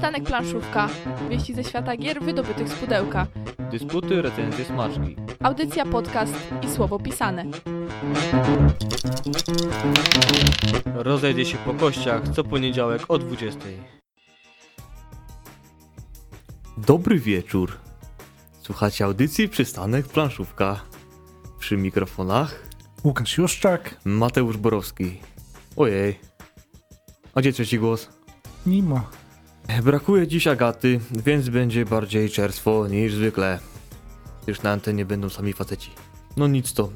Przystanek Planszówka. Wieści ze świata gier wydobytych z pudełka. Dysputy, recenzje, smaczki. Audycja, podcast i słowo pisane. Rozejdzie się po kościach co poniedziałek o 20:00. Dobry wieczór. Słuchacie audycji Przystanek Planszówka. Przy mikrofonach Łukasz Juszczak. Mateusz Borowski. Ojej. A gdzie trzeci głos? Nie ma. Brakuje dziś Agaty, więc będzie bardziej czerstwo niż zwykle. Już na antenie będą sami faceci. No nic to,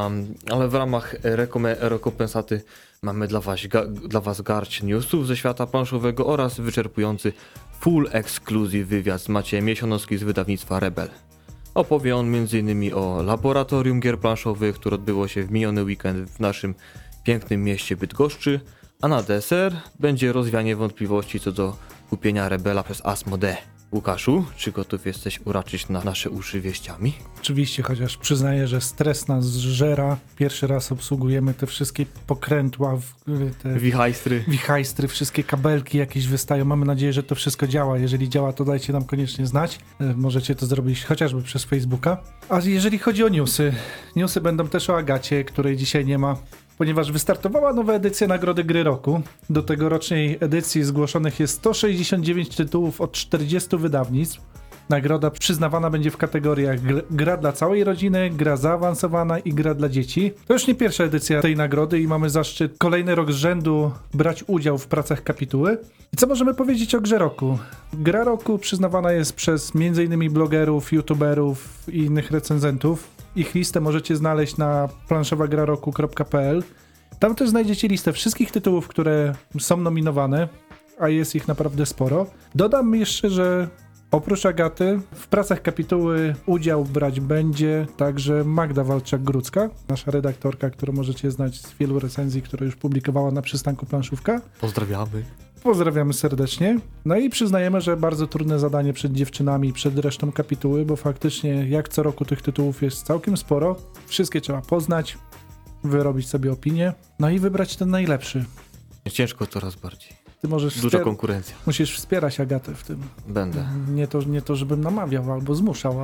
ale w ramach rekompensaty mamy dla was garść newsów ze świata planszowego oraz wyczerpujący full exclusive wywiad z Maciejem Jesionowskim z wydawnictwa Rebel. Opowie on m.in. o laboratorium gier planszowych, które odbyło się w miniony weekend w naszym pięknym mieście Bydgoszczy, a na deser będzie rozwianie wątpliwości co do kupienia Rebela przez Asmodee. Łukaszu, czy gotów jesteś uraczyć na nasze uszy wieściami? Oczywiście, chociaż przyznaję, że stres nas zżera. Pierwszy raz obsługujemy te wszystkie pokrętła, te wichajstry, wszystkie kabelki jakieś wystają. Mamy nadzieję, że to wszystko działa. Jeżeli działa, to dajcie nam koniecznie znać. Możecie to zrobić chociażby przez Facebooka. A jeżeli chodzi o newsy będą też o Agacie, której dzisiaj nie ma, ponieważ wystartowała nowa edycja Nagrody Gry Roku. Do tegorocznej edycji zgłoszonych jest 169 tytułów od 40 wydawnictw. Nagroda przyznawana będzie w kategoriach gra dla całej rodziny, gra zaawansowana i gra dla dzieci. To już nie pierwsza edycja tej nagrody i mamy zaszczyt kolejny rok z rzędu brać udział w pracach kapituły. I co możemy powiedzieć o grze roku? Gra roku przyznawana jest przez m.in. blogerów, youtuberów i innych recenzentów. Ich listę możecie znaleźć na planszowagraroku.pl. Tam też znajdziecie listę wszystkich tytułów, które są nominowane, a jest ich naprawdę sporo. Dodam jeszcze, że oprócz Agaty w pracach kapituły udział brać będzie także Magda Walczak-Grucka, nasza redaktorka, którą możecie znać z wielu recenzji, które już publikowała na przystanku Planszówka. Pozdrawiamy. Pozdrawiamy serdecznie. No i przyznajemy, że bardzo trudne zadanie przed dziewczynami i przed resztą kapituły, bo faktycznie jak co roku tych tytułów jest całkiem sporo. Wszystkie trzeba poznać, wyrobić sobie opinię, no i wybrać ten najlepszy. Ciężko coraz bardziej. Ty możesz Duża konkurencja. Musisz wspierać Agatę w tym. Będę. Nie to, żebym namawiał albo zmuszał,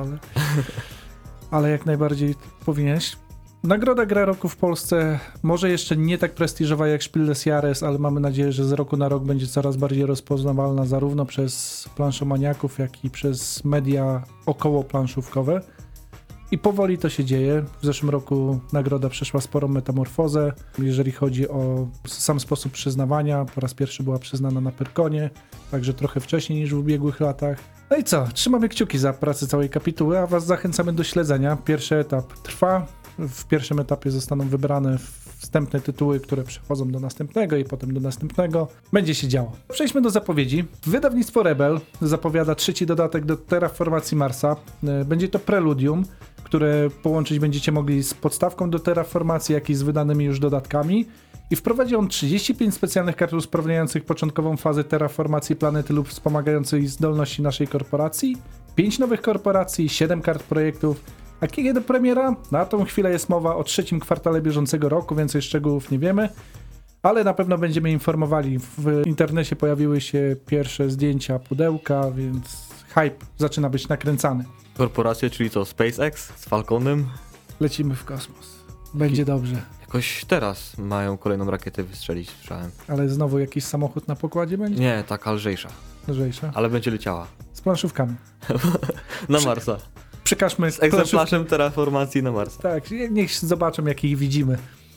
ale jak najbardziej powinieneś. Nagroda Gra Roku w Polsce może jeszcze nie tak prestiżowa jak Spiel des Jahres, ale mamy nadzieję, że z roku na rok będzie coraz bardziej rozpoznawalna zarówno przez planszomaniaków, jak i przez media około planszówkowe. I powoli to się dzieje. W zeszłym roku nagroda przeszła sporą metamorfozę, jeżeli chodzi o sam sposób przyznawania. Po raz pierwszy była przyznana na Pyrkonie, także trochę wcześniej niż w ubiegłych latach. No i co? Trzymamy kciuki za pracę całej kapituły, a was zachęcamy do śledzenia. Pierwszy etap trwa. W pierwszym etapie zostaną wybrane wstępne tytuły, które przechodzą do następnego i potem do następnego. Będzie się działo. Przejdźmy do zapowiedzi. Wydawnictwo Rebel zapowiada trzeci dodatek do Terraformacji Marsa. Będzie to preludium, które połączyć będziecie mogli z podstawką do Terraformacji, jak i z wydanymi już dodatkami. I wprowadzi on 35 specjalnych kart usprawniających początkową fazę terraformacji planety lub wspomagających zdolności naszej korporacji, 5 nowych korporacji, 7 kart projektów. A kiedy premiera? Na tą chwilę jest mowa o trzecim kwartale bieżącego roku, więcej szczegółów nie wiemy, ale na pewno będziemy informowali. W internecie pojawiły się pierwsze zdjęcia pudełka, więc hype zaczyna być nakręcany. Korporacje, czyli co? SpaceX z Falconem? Lecimy w kosmos. Będzie dobrze. Jakoś teraz mają kolejną rakietę wystrzelić, słyszałem. Ale znowu jakiś samochód na pokładzie będzie? Nie, taka lżejsza. Lżejsza? Ale będzie leciała. Z planszówkami. Na Marsa. Przekażmy z egzemplarzem terraformacji na Marsa. Tak, niech zobaczą, jak ich widzimy.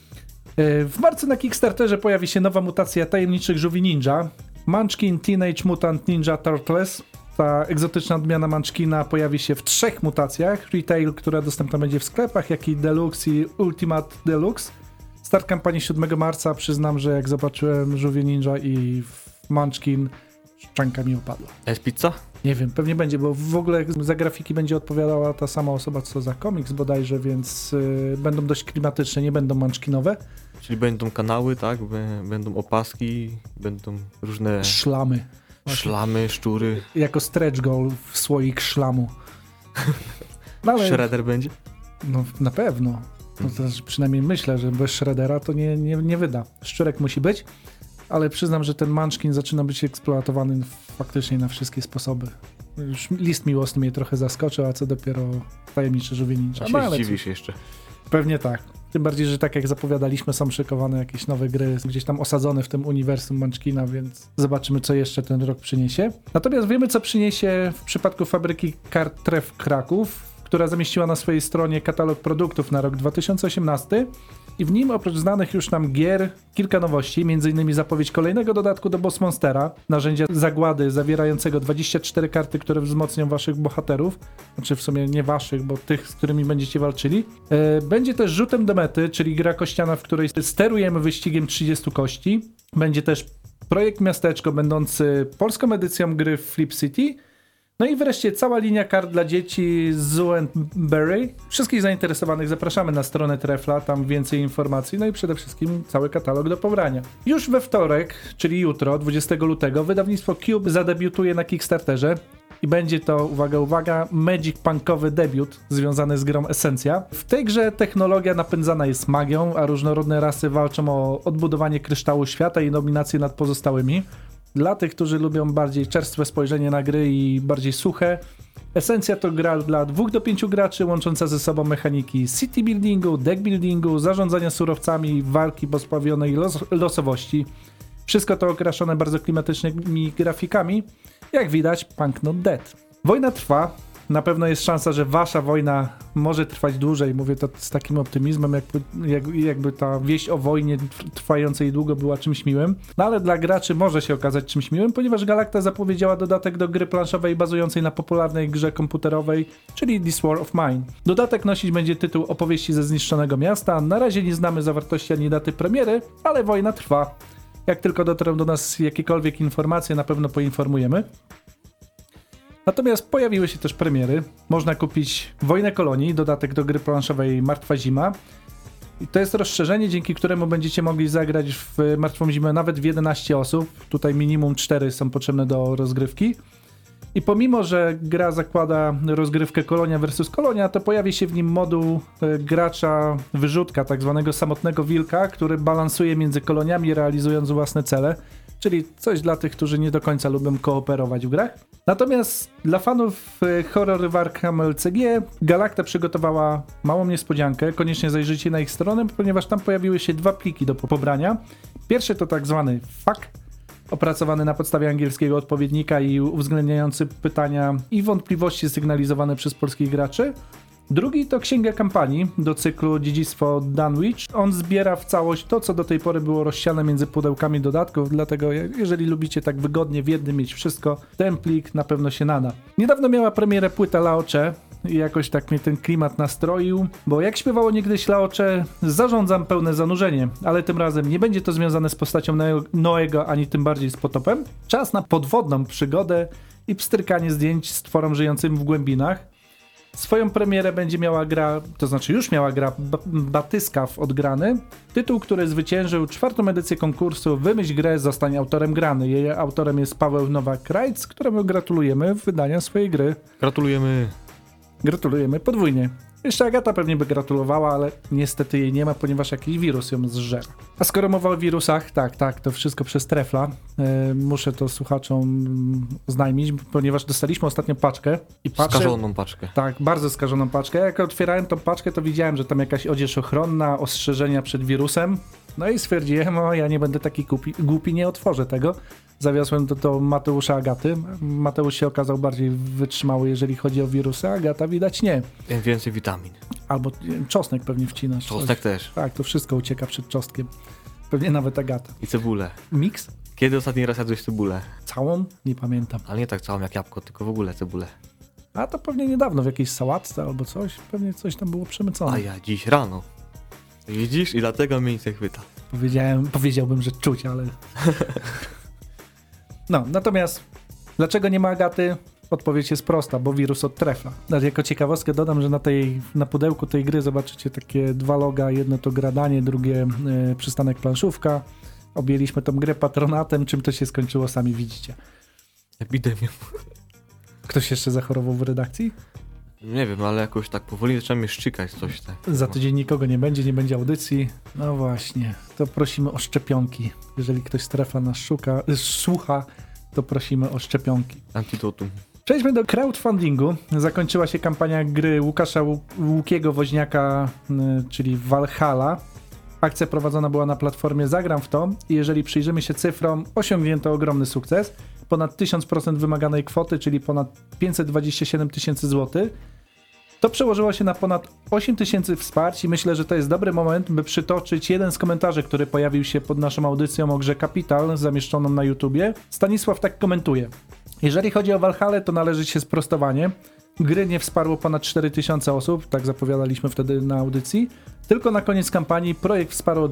W marcu na Kickstarterze pojawi się nowa mutacja tajemniczych żółwi ninja. Munchkin Teenage Mutant Ninja Turtles. Ta egzotyczna odmiana Munchkina pojawi się w 3 mutacjach. Retail, która dostępna będzie w sklepach, jak i Deluxe i Ultimate Deluxe. Start kampanii 7 marca. Przyznam, że jak zobaczyłem żółwie ninja i Munchkin, szczęka mi opadła. Jest pizza? Nie wiem, pewnie będzie, bo w ogóle za grafiki będzie odpowiadała ta sama osoba, co za komiks bodajże, więc będą dość klimatyczne, nie będą munchkinowe. Czyli będą kanały, tak? Będą opaski, będą różne... Szlamy. Szlamy, szczury. Jako stretch goal w słoik szlamu. No, ale... Shredder będzie? No na pewno. No to przynajmniej myślę, że bez Shreddera to nie wyda. Szczurek musi być. ale przyznam, że ten Munchkin zaczyna być eksploatowany faktycznie na wszystkie sposoby. Już list miłosny mnie trochę zaskoczył, a co dopiero tajemnicze żółwie ninja. A się zdziwisz jeszcze. Pewnie tak. Tym bardziej, że tak jak zapowiadaliśmy, są szykowane jakieś nowe gry, gdzieś tam osadzone w tym uniwersum Munchkina, więc zobaczymy, co jeszcze ten rok przyniesie. Natomiast wiemy, co przyniesie w przypadku fabryki kart Tref Kraków, która zamieściła na swojej stronie katalog produktów na rok 2018 i w nim oprócz znanych już nam gier kilka nowości, m.in. zapowiedź kolejnego dodatku do Boss Monstera, narzędzia zagłady zawierającego 24 karty, które wzmocnią waszych bohaterów, znaczy w sumie nie waszych, bo tych, z którymi będziecie walczyli. Będzie też rzutem do mety, czyli gra kościana, w której sterujemy wyścigiem 30 kości. Będzie też projekt Miasteczko, będący polską edycją gry Flip City. No i wreszcie cała linia kart dla dzieci Zoo and Berry. Wszystkich zainteresowanych zapraszamy na stronę Trefla, tam więcej informacji, no i przede wszystkim cały katalog do pobrania. Już we wtorek, czyli jutro, 20 lutego, wydawnictwo Cube zadebiutuje na Kickstarterze i będzie to, uwaga, uwaga, Magic Punkowy debiut związany z grą Esencja. W tej grze technologia napędzana jest magią, a różnorodne rasy walczą o odbudowanie kryształu świata i dominację nad pozostałymi. Dla tych, którzy lubią bardziej czerstwe spojrzenie na gry i bardziej suche, Esencja to gra dla 2 do 5 graczy, łącząca ze sobą mechaniki city buildingu, deck buildingu, zarządzania surowcami, walki pozbawionej losowości. Wszystko to okraszone bardzo klimatycznymi grafikami. Jak widać, Punk Not Dead. Wojna trwa. Na pewno jest szansa, że wasza wojna może trwać dłużej. Mówię to z takim optymizmem, jakby ta wieść o wojnie trwającej długo była czymś miłym. No ale dla graczy może się okazać czymś miłym, ponieważ Galacta zapowiedziała dodatek do gry planszowej bazującej na popularnej grze komputerowej, czyli This War of Mine. Dodatek nosić będzie tytuł opowieści ze zniszczonego miasta. Na razie nie znamy zawartości ani daty premiery, ale wojna trwa. Jak tylko dotrą do nas jakiekolwiek informacje, na pewno poinformujemy. Natomiast pojawiły się też premiery. Można kupić Wojnę Kolonii, dodatek do gry planszowej Martwa Zima. I to jest rozszerzenie, dzięki któremu będziecie mogli zagrać w Martwą Zimę nawet w 11 osób. Tutaj minimum 4 są potrzebne do rozgrywki. I pomimo, że gra zakłada rozgrywkę Kolonia versus Kolonia, to pojawi się w nim moduł gracza wyrzutka, tak zwanego samotnego wilka, który balansuje między koloniami, realizując własne cele. Czyli coś dla tych, którzy nie do końca lubią kooperować w grach. Natomiast dla fanów horror w Arkham LCG Galacta przygotowała małą niespodziankę. Koniecznie zajrzyjcie na ich stronę, ponieważ tam pojawiły się 2 pliki do pobrania. Pierwszy to tak zwany FAQ, opracowany na podstawie angielskiego odpowiednika i uwzględniający pytania i wątpliwości sygnalizowane przez polskich graczy. Drugi to księga kampanii do cyklu Dziedzictwo Dunwich. On zbiera w całość to, co do tej pory było rozsiane między pudełkami dodatków, dlatego jeżeli lubicie tak wygodnie w jednym mieć wszystko, ten plik na pewno się nada. Niedawno miała premierę płyta Laocze i jakoś tak mnie ten klimat nastroił, bo jak śpiewało niegdyś Laocze, zarządzam pełne zanurzenie, ale tym razem nie będzie to związane z postacią Noego, ani tym bardziej z potopem. Czas na podwodną przygodę i pstrykanie zdjęć z tworem żyjącym w głębinach. Swoją premierę będzie miała gra, to znaczy już miała gra Batyskaw odgrany, tytuł, który zwyciężył 4. edycję konkursu Wymyśl grę, zostań autorem grany. Jej autorem jest Paweł Nowak-Rajc, któremu gratulujemy wydania swojej gry. Gratulujemy podwójnie. Jeszcze Agata pewnie by gratulowała, ale niestety jej nie ma, ponieważ jakiś wirus ją zżera. A skoro mowa o wirusach, tak, to wszystko przez Trefla. Muszę to słuchaczom oznajmić, ponieważ dostaliśmy ostatnio paczkę. Skażoną paczkę. Tak, bardzo skażoną paczkę. Jak otwierałem tą paczkę, to widziałem, że tam jakaś odzież ochronna, ostrzeżenia przed wirusem. No i stwierdziłem, ja nie będę taki głupi, nie otworzę tego. Zawiozłem to do Mateusza Agaty. Mateusz się okazał bardziej wytrzymały, jeżeli chodzi o wirusy, a Agata widać nie. Więcej witamin. Albo czosnek pewnie wcinasz. Czosnek też. Tak, to wszystko ucieka przed czosnkiem. Pewnie nawet Agata. I cebulę. Miks? Kiedy ostatni raz jadłeś cebulę? Całą? Nie pamiętam. Ale nie tak całą jak jabłko, tylko w ogóle cebulę. A to pewnie niedawno w jakiejś sałatce albo coś. Pewnie coś tam było przemycone. A ja dziś rano. Widzisz? I dlatego mnie nic nie chwyta. Powiedziałbym, że czuć, ale... No, natomiast dlaczego nie ma Agaty? Odpowiedź jest prosta, bo wirus od Trefla. Jako ciekawostkę dodam, że na pudełku tej gry zobaczycie takie 2 loga. Jedno to Gradanie, drugie przystanek planszówka. Objęliśmy tą grę patronatem. Czym to się skończyło, sami widzicie. Epidemią. Ktoś jeszcze zachorował w redakcji? Nie wiem, ale jakoś tak powoli zaczyna mnie szczykać coś tak. Za tydzień nikogo nie będzie audycji. No właśnie, to prosimy o szczepionki. Jeżeli ktoś z Trefla nas słucha, to prosimy o szczepionki. Antidotum. Przejdźmy do crowdfundingu. Zakończyła się kampania gry Łukasza Łukiego Woźniaka, czyli Valhalla. Akcja prowadzona była na platformie Zagram w to i jeżeli przyjrzymy się cyfrom, osiągnięto ogromny sukces. Ponad 1000% wymaganej kwoty, czyli ponad 527 tysięcy złotych. To przełożyło się na ponad 8 tysięcy wsparć i myślę, że to jest dobry moment, by przytoczyć jeden z komentarzy, który pojawił się pod naszą audycją o grze Capital, zamieszczoną na YouTubie. Stanisław tak komentuje. Jeżeli chodzi o Valhalla, to należy się sprostowanie. Gry nie wsparło ponad 4000 osób, tak zapowiadaliśmy wtedy na audycji. Tylko na koniec kampanii projekt wsparło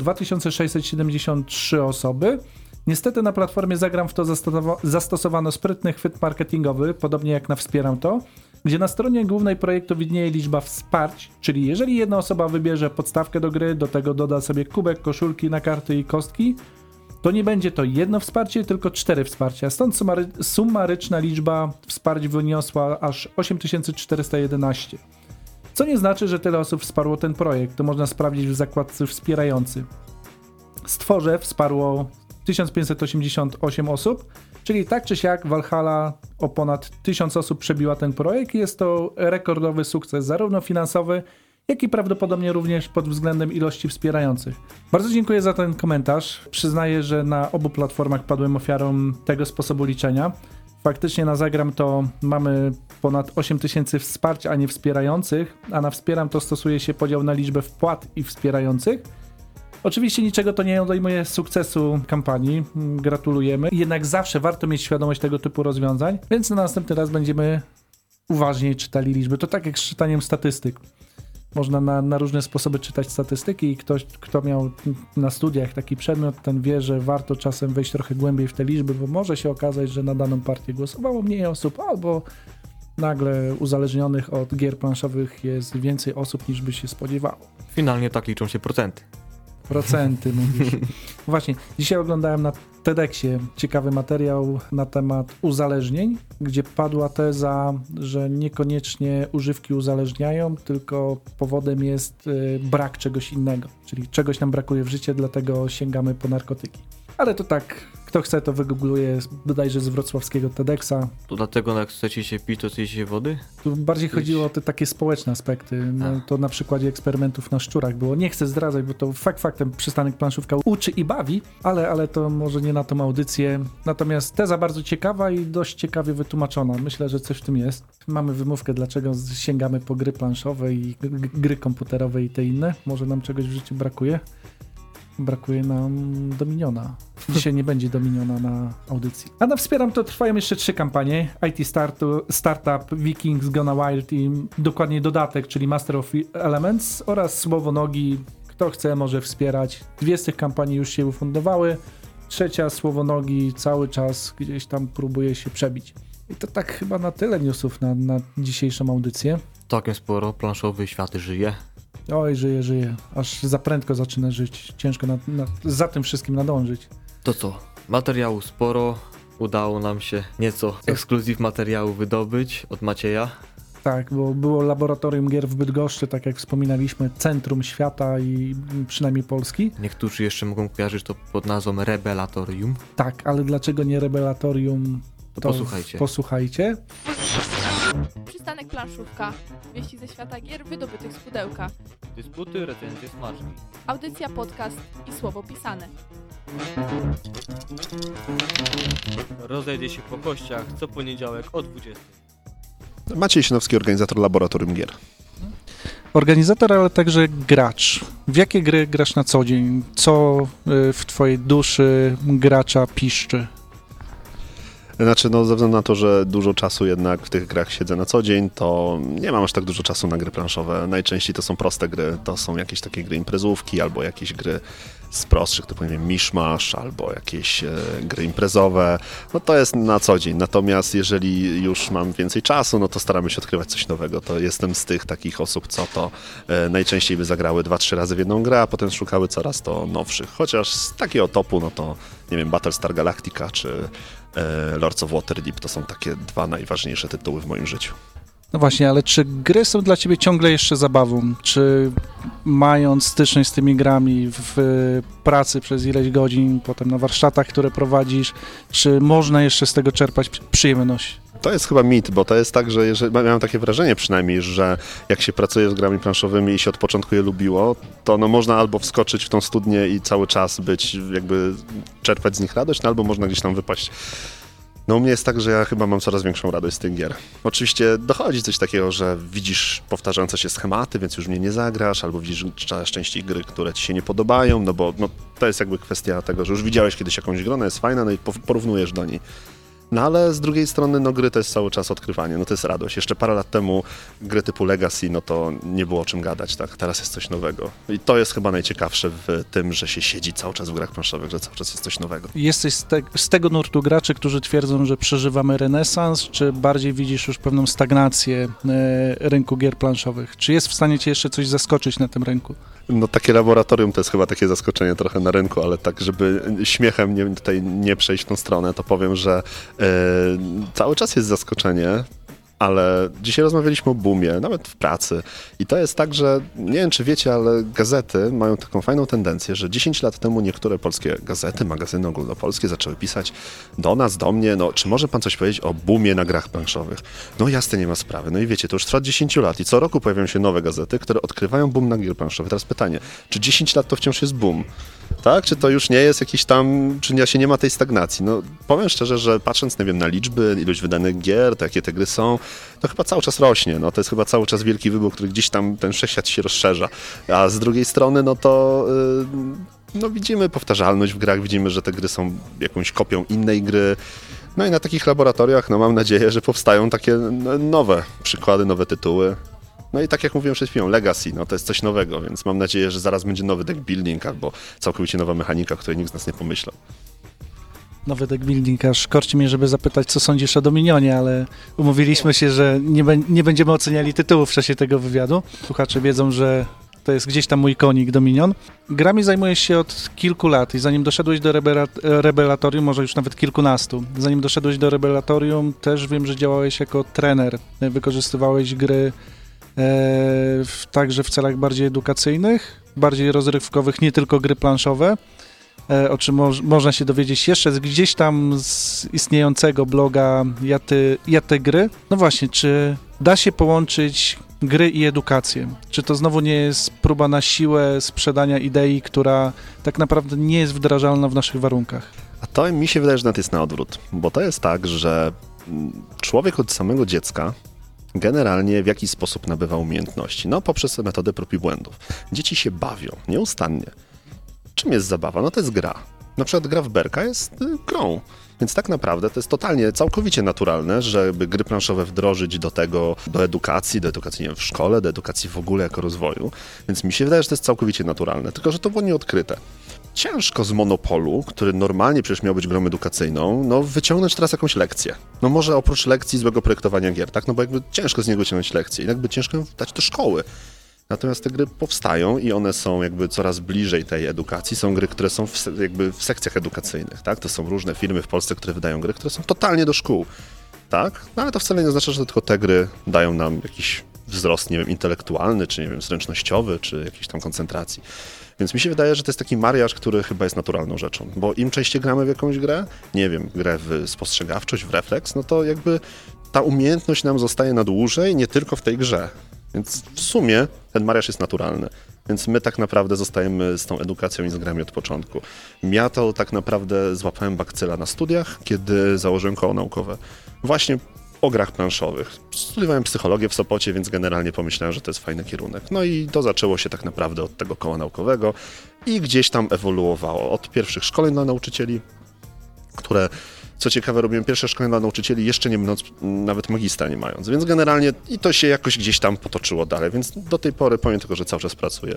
2673 osoby. Niestety na platformie Zagram w to zastosowano sprytny chwyt marketingowy, podobnie jak na Wspieram to, gdzie na stronie głównej projektu widnieje liczba wsparć, czyli jeżeli jedna osoba wybierze podstawkę do gry, do tego doda sobie kubek, koszulki na karty i kostki, to nie będzie to jedno wsparcie, tylko 4 wsparcia. Stąd sumaryczna liczba wsparć wyniosła aż 8411. Co nie znaczy, że tyle osób wsparło ten projekt. To można sprawdzić w zakładce wspierający. Stworze wsparło 1588 osób, czyli tak czy siak Valhalla o ponad 1000 osób przebiła ten projekt i jest to rekordowy sukces, zarówno finansowy, jak i prawdopodobnie również pod względem ilości wspierających. Bardzo dziękuję za ten komentarz. Przyznaję, że na obu platformach padłem ofiarą tego sposobu liczenia. Faktycznie na Zagram to mamy ponad 8000 wsparć, a nie wspierających, a na Wspieram to stosuje się podział na liczbę wpłat i wspierających. Oczywiście niczego to nie odejmuje sukcesu kampanii, gratulujemy, jednak zawsze warto mieć świadomość tego typu rozwiązań, więc na następny raz będziemy uważniej czytali liczby. To tak jak z czytaniem statystyk. Można na różne sposoby czytać statystyki i ktoś, kto miał na studiach taki przedmiot, ten wie, że warto czasem wejść trochę głębiej w te liczby, bo może się okazać, że na daną partię głosowało mniej osób, albo nagle uzależnionych od gier planszowych jest więcej osób, niż by się spodziewało. Finalnie tak liczą się procenty. Procenty, mówisz. Właśnie, dzisiaj oglądałem na TEDxie ciekawy materiał na temat uzależnień, gdzie padła teza, że niekoniecznie używki uzależniają, tylko powodem jest brak czegoś innego, czyli czegoś nam brakuje w życiu, dlatego sięgamy po narkotyki. Ale to tak, kto chce, to wygoogluje, bodajże z wrocławskiego TEDxa. To dlatego jak chcecie się pić, to chcecie się wody? Tu bardziej chodziło o te takie społeczne aspekty. No, to na przykładzie eksperymentów na szczurach było. Nie chcę zdradzać, bo to faktem przystanek planszówka uczy i bawi, ale to może nie na tą audycję. Natomiast teza bardzo ciekawa i dość ciekawie wytłumaczona. Myślę, że coś w tym jest. Mamy wymówkę, dlaczego sięgamy po gry planszowe i gry komputerowe i te inne. Może nam czegoś w życiu brakuje. Brakuje nam Dominiona. Dzisiaj nie będzie Dominiona na audycji. A na Wspieram to trwają jeszcze 3 kampanie. IT Startup, Vikings Gone Wild i dokładnie dodatek, czyli Master of Elements oraz Słowonogi. Kto chce, może wspierać. 2 z tych kampanii już się ufundowały. 3 Słowonogi cały czas gdzieś tam próbuje się przebić. I to tak chyba na tyle newsów na dzisiejszą audycję. Całkiem sporo, planszowy świat żyje. Oj, żyje. Aż za prędko zaczyna żyć. Ciężko za tym wszystkim nadążyć. To co? Materiału sporo. Udało nam się nieco ekskluzyw materiału wydobyć od Macieja. Tak, bo było laboratorium gier w Bydgoszczy, tak jak wspominaliśmy, centrum świata i przynajmniej Polski. Niektórzy jeszcze mogą kojarzyć to pod nazwą Rebelatorium. Tak, ale dlaczego nie Rebelatorium? To posłuchajcie. Przystanek planszówka. Wieści ze świata gier wydobytych z pudełka. Dysputy, recenzje, smaczki. Audycja, podcast i słowo pisane. Rozejdzie się po kościach co poniedziałek o 20:00. Maciej Sinowski, organizator Laboratorium Gier. Organizator, ale także gracz. W jakie gry grasz na co dzień? Co w twojej duszy gracza piszczy? Znaczy, ze względu na to, że dużo czasu jednak w tych grach siedzę na co dzień, to nie mam aż tak dużo czasu na gry planszowe. Najczęściej to są proste gry, to są jakieś takie gry imprezówki, albo jakieś gry z prostszych, typu nie wiem, Mishmash, albo jakieś gry imprezowe. No to jest na co dzień. Natomiast jeżeli już mam więcej czasu, no to staramy się odkrywać coś nowego. To jestem z tych takich osób, co to najczęściej by zagrały 2-3 razy w jedną grę, a potem szukały coraz to nowszych. Chociaż z takiego topu, no to nie wiem, Battlestar Galactica czy Lords of Waterdeep to są takie 2 najważniejsze tytuły w moim życiu. No właśnie, ale czy gry są dla ciebie ciągle jeszcze zabawą? Czy mając styczność z tymi grami w pracy przez ileś godzin, potem na warsztatach, które prowadzisz, czy można jeszcze z tego czerpać przyjemność? To jest chyba mit, bo to jest tak, że miałem takie wrażenie przynajmniej, że jak się pracuje z grami planszowymi i się od początku je lubiło, to no można albo wskoczyć w tą studnię i cały czas być, jakby czerpać z nich radość, no albo można gdzieś tam wypaść. No u mnie jest tak, że ja chyba mam coraz większą radość z tych gier. Oczywiście dochodzi coś takiego, że widzisz powtarzające się schematy, więc już mnie nie zagrasz, albo widzisz coraz częściej gry, które ci się nie podobają, no bo no, to jest jakby kwestia tego, że już widziałeś kiedyś jakąś grę, ona jest fajna, no i porównujesz do niej. No ale z drugiej strony, no gry to jest cały czas odkrywanie, no to jest radość. Jeszcze parę lat temu gry typu Legacy, no to nie było o czym gadać, tak? Teraz jest coś nowego. I to jest chyba najciekawsze w tym, że się siedzi cały czas w grach planszowych, że cały czas jest coś nowego. Jesteś z tego nurtu graczy, którzy twierdzą, że przeżywamy renesans, czy bardziej widzisz już pewną stagnację rynku gier planszowych? Czy jest w stanie cię jeszcze coś zaskoczyć na tym rynku? No takie laboratorium to jest chyba takie zaskoczenie trochę na rynku, ale tak, żeby śmiechem tutaj nie przejść w tą stronę, to powiem, że cały czas jest zaskoczenie, ale dzisiaj rozmawialiśmy o boomie, nawet w pracy. I to jest tak, że nie wiem, czy wiecie, ale gazety mają taką fajną tendencję, że 10 lat temu niektóre polskie gazety, magazyny ogólnopolskie zaczęły pisać do nas, do mnie, no czy może pan coś powiedzieć o boomie na grach planszowych? No jasne, nie ma sprawy. No i wiecie, to już trwa 10 lat i co roku pojawiają się nowe gazety, które odkrywają boom na gier planszowych. Teraz pytanie, czy 10 lat to wciąż jest boom? Tak? Czy to już nie jest jakiś tam, czy się nie ma tej stagnacji? No powiem szczerze, że patrząc, nie wiem, na liczby, ilość wydanych gier, to jakie te gry są, to chyba cały czas rośnie, no to jest chyba cały czas wielki wybuch, który gdzieś tam, ten wszechświat się rozszerza, a z drugiej strony, no to no widzimy powtarzalność w grach, widzimy, że te gry są jakąś kopią innej gry, no i na takich laboratoriach, no mam nadzieję, że powstają takie nowe przykłady, nowe tytuły. No i tak jak mówiłem przed chwilą, Legacy, no to jest coś nowego, więc mam nadzieję, że zaraz będzie nowy deck building albo całkowicie nowa mechanika, o której nikt z nas nie pomyślał. Nowy deck building, aż korci mnie, żeby zapytać, co sądzisz o Dominionie, ale umówiliśmy się, że nie będziemy oceniali tytułów w czasie tego wywiadu. Słuchacze wiedzą, że to jest gdzieś tam mój konik Dominion. Grami zajmujesz się od kilku lat i zanim doszedłeś do Rebelatorium, może już nawet kilkunastu, zanim doszedłeś do Rebelatorium, też wiem, że działałeś jako trener, wykorzystywałeś gry także w celach bardziej edukacyjnych, bardziej rozrywkowych, nie tylko gry planszowe, o czym można się dowiedzieć jeszcze gdzieś tam z istniejącego bloga Ja te gry. No właśnie, czy da się połączyć gry i edukację? Czy to znowu nie jest próba na siłę sprzedania idei, która tak naprawdę nie jest wdrażalna w naszych warunkach? A to mi się wydaje, że nawet jest na odwrót, bo to jest tak, że człowiek od samego dziecka generalnie w jakiś sposób nabywa umiejętności? No poprzez metodę prób i błędów. Dzieci się bawią nieustannie. Czym jest zabawa? No to jest gra. Na przykład gra w berka jest grą. Więc tak naprawdę to jest totalnie, całkowicie naturalne, żeby gry planszowe wdrożyć do tego, do edukacji nie wiem, w szkole, do edukacji w ogóle jako rozwoju. Więc mi się wydaje, że to jest całkowicie naturalne, tylko że to było nieodkryte. Ciężko z Monopolu, który normalnie przecież miał być grą edukacyjną, no wyciągnąć teraz jakąś lekcję. No może oprócz lekcji złego projektowania gier, tak? No bo jakby ciężko z niego wyciągnąć lekcję i jakby ciężko ją dać do szkoły. Natomiast te gry powstają i one są jakby coraz bliżej tej edukacji. Są gry, które są jakby w sekcjach edukacyjnych, tak? To są różne firmy w Polsce, które wydają gry, które są totalnie do szkół, tak? No ale to wcale nie oznacza, że tylko te gry dają nam jakiś wzrost, nie wiem, intelektualny, czy nie wiem, zręcznościowy, czy jakiejś tam koncentracji. Więc mi się wydaje, że to jest taki mariaż, który chyba jest naturalną rzeczą, bo im częściej gramy w jakąś grę, nie wiem, grę w spostrzegawczość, w refleks, no to jakby ta umiejętność nam zostaje na dłużej, nie tylko w tej grze. Więc w sumie ten mariaż jest naturalny. Więc my tak naprawdę zostajemy z tą edukacją i z grami od początku. Ja to tak naprawdę złapałem bakcyla na studiach, kiedy założyłem koło naukowe. Właśnie o grach planszowych. Studiowałem psychologię w Sopocie, więc generalnie pomyślałem, że to jest fajny kierunek. No i to zaczęło się tak naprawdę od tego koła naukowego i gdzieś tam ewoluowało. Od pierwszych szkoleń dla nauczycieli, które, co ciekawe, robiłem pierwsze szkolenia dla nauczycieli, jeszcze nie będąc nawet magistra nie mając. Więc generalnie i to się jakoś gdzieś tam potoczyło dalej. Więc do tej pory, powiem tylko, że cały czas pracuję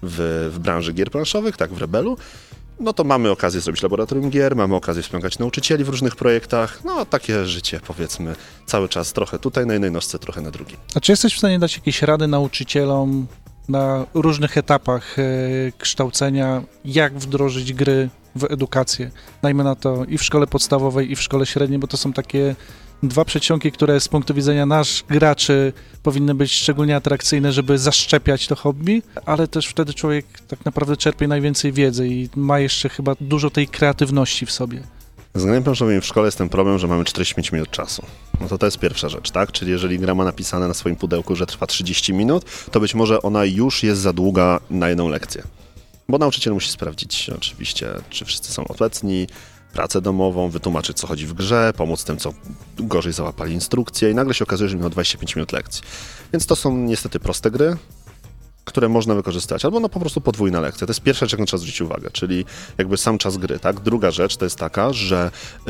w branży gier planszowych, tak, w Rebelu. No to mamy okazję zrobić laboratorium gier, mamy okazję wspomagać nauczycieli w różnych projektach. No takie życie, powiedzmy, cały czas trochę tutaj na jednej nóżce, trochę na drugiej. A czy jesteś w stanie dać jakieś rady nauczycielom na różnych etapach kształcenia, jak wdrożyć gry w edukację? Dajmy na to i w szkole podstawowej, i w szkole średniej, bo to są takie 2 przedsionki, które z punktu widzenia naszych graczy powinny być szczególnie atrakcyjne, żeby zaszczepiać to hobby, ale też wtedy człowiek tak naprawdę czerpie najwięcej wiedzy i ma jeszcze chyba dużo tej kreatywności w sobie. Z grami planszowymi w szkole jest ten problem, że mamy 45 minut czasu. No to jest pierwsza rzecz, tak? Czyli jeżeli gra ma napisane na swoim pudełku, że trwa 30 minut, to być może ona już jest za długa na jedną lekcję. Bo nauczyciel musi sprawdzić oczywiście, czy wszyscy są obecni, pracę domową, wytłumaczyć, co chodzi w grze, pomóc tym, co gorzej załapali instrukcje i nagle się okazuje, że miał 25 minut lekcji. Więc to są niestety proste gry, które można wykorzystać, albo no po prostu podwójna lekcja. To jest pierwsza rzecz, jak na trzeba zwrócić uwagę, czyli jakby sam czas gry, tak? Druga rzecz to jest taka, że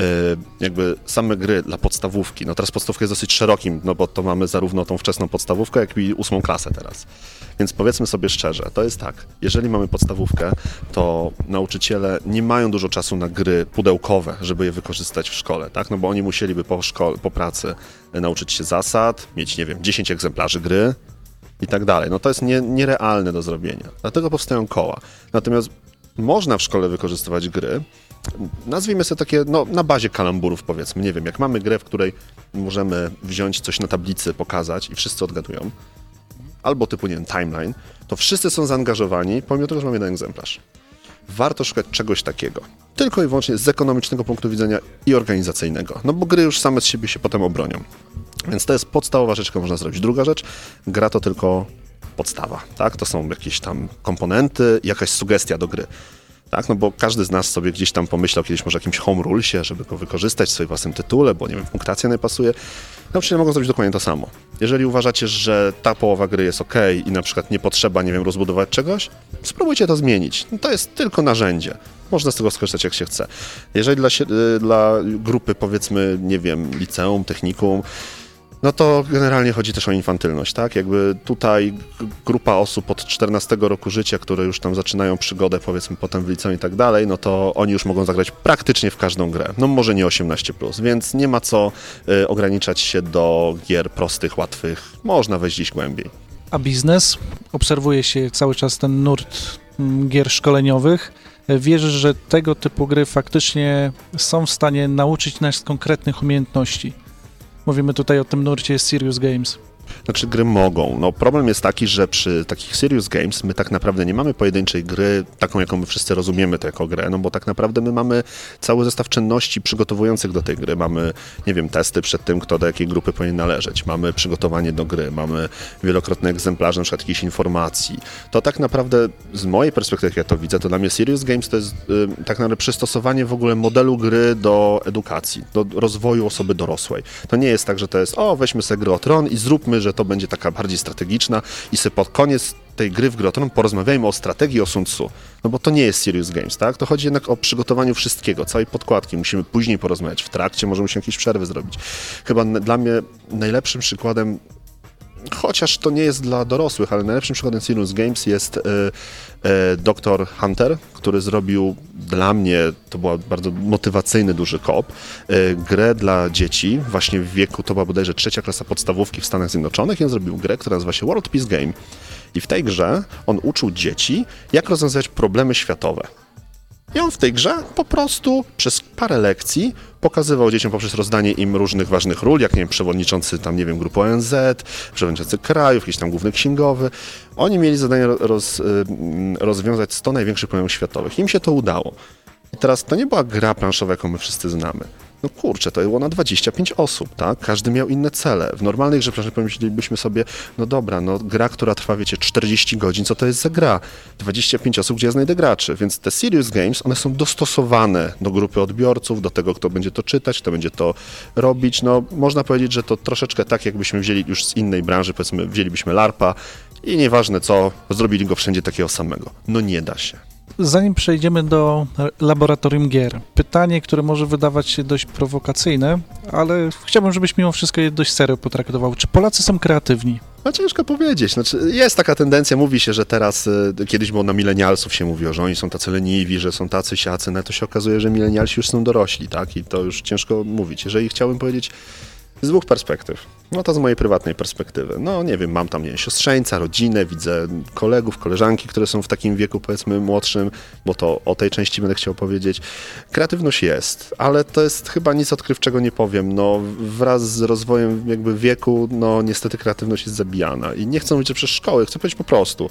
jakby same gry dla podstawówki, no teraz podstawówka jest dosyć szerokim, no bo to mamy zarówno tą wczesną podstawówkę, jak i 8. klasę teraz. Więc powiedzmy sobie szczerze, to jest tak, jeżeli mamy podstawówkę, to nauczyciele nie mają dużo czasu na gry pudełkowe, żeby je wykorzystać w szkole, tak? No bo oni musieliby po pracy nauczyć się zasad, mieć, nie wiem, 10 egzemplarzy gry, i tak dalej. No to jest nierealne do zrobienia. Dlatego powstają koła. Natomiast można w szkole wykorzystywać gry, nazwijmy sobie takie, no na bazie kalamburów powiedzmy, nie wiem, jak mamy grę, w której możemy wziąć coś na tablicy, pokazać i wszyscy odgadują, albo typu, nie wiem, timeline, to wszyscy są zaangażowani, pomimo tego, że mamy jeden egzemplarz. Warto szukać czegoś takiego. Tylko i wyłącznie z ekonomicznego punktu widzenia i organizacyjnego. No bo gry już same z siebie się potem obronią. Więc to jest podstawowa rzecz, którą można zrobić. Druga rzecz, gra to tylko podstawa, tak? To są jakieś tam komponenty, jakaś sugestia do gry. Tak, no bo każdy z nas sobie gdzieś tam pomyślał kiedyś może o jakimś home rulesie, żeby go wykorzystać w swoim własnym tytule, bo nie wiem, punktacja nie pasuje. Nauczyciele mogą zrobić dokładnie to samo. Jeżeli uważacie, że ta połowa gry jest ok i na przykład nie potrzeba, nie wiem, rozbudować czegoś, spróbujcie to zmienić. No to jest tylko narzędzie. Można z tego skorzystać jak się chce. Jeżeli dla grupy, powiedzmy, nie wiem, liceum, technikum, no to generalnie chodzi też o infantylność, tak? Jakby tutaj grupa osób od 14 roku życia, które już tam zaczynają przygodę, powiedzmy, potem w liceum i tak dalej, no to oni już mogą zagrać praktycznie w każdą grę. No może nie 18+, więc nie ma co ograniczać się do gier prostych, łatwych. Można wejść gdzieś głębiej. A biznes? Obserwuje się cały czas ten nurt gier szkoleniowych. Wierzysz, że tego typu gry faktycznie są w stanie nauczyć nas konkretnych umiejętności? Mówimy tutaj o tym nurcie Serious Games. Znaczy gry mogą. No problem jest taki, że przy takich serious games my tak naprawdę nie mamy pojedynczej gry, taką jaką my wszyscy rozumiemy to jako grę, no bo tak naprawdę my mamy cały zestaw czynności przygotowujących do tej gry. Mamy, nie wiem, testy przed tym, kto do jakiej grupy powinien należeć. Mamy przygotowanie do gry, mamy wielokrotne egzemplarze, na przykład jakichś informacji. To tak naprawdę z mojej perspektywy, jak ja to widzę, to dla mnie serious games to jest tak naprawdę przystosowanie w ogóle modelu gry do edukacji, do rozwoju osoby dorosłej. To nie jest tak, że to jest, weźmy sobie grę o Tron i zróbmy, że to będzie taka bardziej strategiczna i sobie pod koniec tej gry w grę o Tron porozmawiajmy o strategii, o Sun Tzu. No bo to nie jest serious games, tak? To chodzi jednak o przygotowaniu wszystkiego, całej podkładki. Musimy później porozmawiać, w trakcie możemy się jakieś przerwy zrobić. Chyba dla mnie najlepszym przykładem, chociaż to nie jest dla dorosłych, ale najlepszym przykładem serious games jest Dr. Hunter, który zrobił dla mnie, to był bardzo motywacyjny, duży koop, grę dla dzieci, właśnie w wieku, to była bodajże 3. klasa podstawówki w Stanach Zjednoczonych i on zrobił grę, która nazywa się World Peace Game. I w tej grze on uczył dzieci, jak rozwiązywać problemy światowe. I on w tej grze po prostu przez parę lekcji pokazywał dzieciom poprzez rozdanie im różnych ważnych ról, jak, nie wiem, przewodniczący tam, nie wiem, grupy ONZ, przewodniczący krajów, jakiś tam główny księgowy. Oni mieli zadanie rozwiązać 100 największych problemów światowych. Im się to udało. I teraz to nie była gra planszowa, jaką my wszyscy znamy. No kurczę, to było na 25 osób, tak? Każdy miał inne cele. W normalnej grze planszowej pomyślelibyśmy sobie, no dobra, no gra, która trwa, wiecie, 40 godzin, co to jest za gra? 25 osób, gdzie ja znajdę graczy? Więc te serious games, one są dostosowane do grupy odbiorców, do tego, kto będzie to czytać, kto będzie to robić. No można powiedzieć, że to troszeczkę tak, jakbyśmy wzięli już z innej branży, powiedzmy, wzięlibyśmy LARPa i nieważne co, zrobili go wszędzie takiego samego. No nie da się. Zanim przejdziemy do laboratorium gier, pytanie, które może wydawać się dość prowokacyjne, ale chciałbym, żebyś mimo wszystko je dość serio potraktował. Czy Polacy są kreatywni? No ciężko powiedzieć. Znaczy, jest taka tendencja, mówi się, że teraz, kiedyś było na milenialsów się mówiło, że oni są tacy leniwi, że są tacy siacy, no to się okazuje, że milenialsi już są dorośli, tak? I to już ciężko mówić. Jeżeli chciałbym powiedzieć Z dwóch perspektyw. No to z mojej prywatnej perspektywy. No nie wiem, mam tam, nie wiem, siostrzeńca, rodzinę, widzę kolegów, koleżanki, które są w takim wieku, powiedzmy, młodszym, bo to o tej części będę chciał powiedzieć. Kreatywność jest, ale to jest chyba nic odkrywczego nie powiem. No wraz z rozwojem jakby wieku, no niestety kreatywność jest zabijana. I nie chcę mówić, że przez szkoły, chcę powiedzieć po prostu.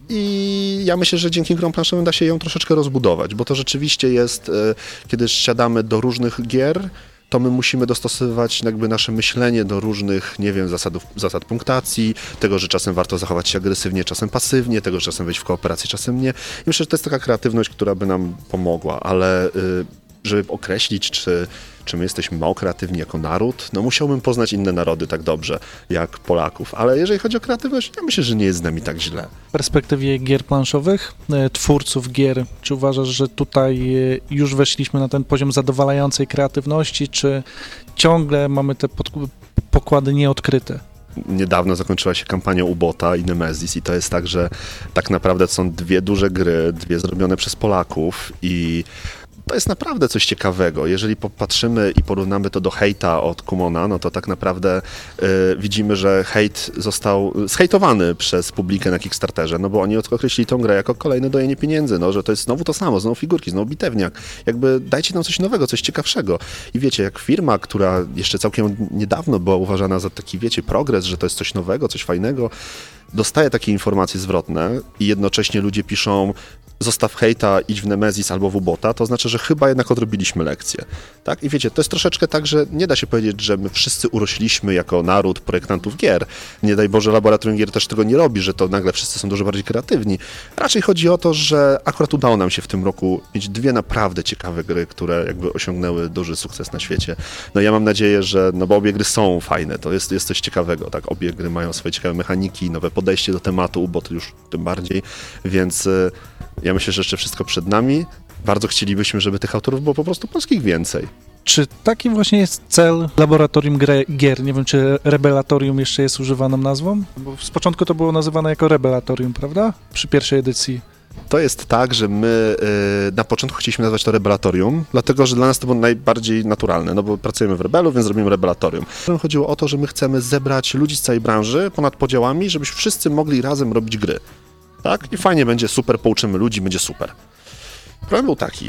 I ja myślę, że dzięki grom planszowym da się ją troszeczkę rozbudować, bo to rzeczywiście jest, kiedy siadamy do różnych gier, to my musimy dostosowywać jakby nasze myślenie do różnych, nie wiem, zasad punktacji, tego, że czasem warto zachować się agresywnie, czasem pasywnie, tego, że czasem wejść w kooperację, czasem nie. I myślę, że to jest taka kreatywność, która by nam pomogła, ale żeby określić, czy my jesteśmy mało kreatywni jako naród, no musiałbym poznać inne narody tak dobrze jak Polaków, ale jeżeli chodzi o kreatywność, ja myślę, że nie jest z nami tak źle. W perspektywie gier planszowych, twórców gier, czy uważasz, że tutaj już weszliśmy na ten poziom zadowalającej kreatywności, czy ciągle mamy te pokłady nieodkryte? Niedawno zakończyła się kampania Ubota i Nemesis i to jest tak, że tak naprawdę to są dwie duże gry, dwie zrobione przez Polaków i to jest naprawdę coś ciekawego. Jeżeli popatrzymy i porównamy to do hejta od Kumona, no to tak naprawdę widzimy, że hejt został zhejtowany przez publikę na Kickstarterze, no bo oni określili tą grę jako kolejne dojenie pieniędzy, no że to jest znowu to samo, znowu figurki, znowu bitewniak. Jakby dajcie nam coś nowego, coś ciekawszego. I wiecie, jak firma, która jeszcze całkiem niedawno była uważana za taki, wiecie, progres, że to jest coś nowego, coś fajnego, dostaje takie informacje zwrotne i jednocześnie ludzie piszą zostaw hejta, idź w Nemesis albo w Ubota, to znaczy, że chyba jednak odrobiliśmy lekcję. Tak? I wiecie, to jest troszeczkę tak, że nie da się powiedzieć, że my wszyscy urośliśmy jako naród projektantów gier. Nie daj Boże, laboratorium gier też tego nie robi, że to nagle wszyscy są dużo bardziej kreatywni. Raczej chodzi o to, że akurat udało nam się w tym roku mieć dwie naprawdę ciekawe gry, które jakby osiągnęły duży sukces na świecie. No ja mam nadzieję, że, no bo obie gry są fajne, to jest coś ciekawego, tak? Obie gry mają swoje ciekawe mechaniki, nowe podejście do tematu, Ubot już tym bardziej, więc ja myślę, że jeszcze wszystko przed nami. Bardzo chcielibyśmy, żeby tych autorów było po prostu polskich więcej. Czy taki właśnie jest cel laboratorium gier? Nie wiem, czy rebelatorium jeszcze jest używaną nazwą? Bo z początku to było nazywane jako rebelatorium, prawda? Przy pierwszej edycji. To jest tak, że my na początku chcieliśmy nazwać to rebelatorium, dlatego, że dla nas to było najbardziej naturalne, no bo pracujemy w Rebelu, więc robimy rebelatorium. Chodziło o to, że my chcemy zebrać ludzi z całej branży ponad podziałami, żebyśmy wszyscy mogli razem robić gry. Tak? I fajnie będzie, super, pouczymy ludzi, będzie super. Problem był taki,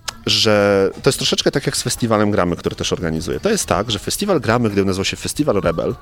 że to jest troszeczkę tak jak z festiwalem Gramy, który też organizuję. To jest tak, że festiwal Gramy, gdyby nazywał się Festiwal Rebel,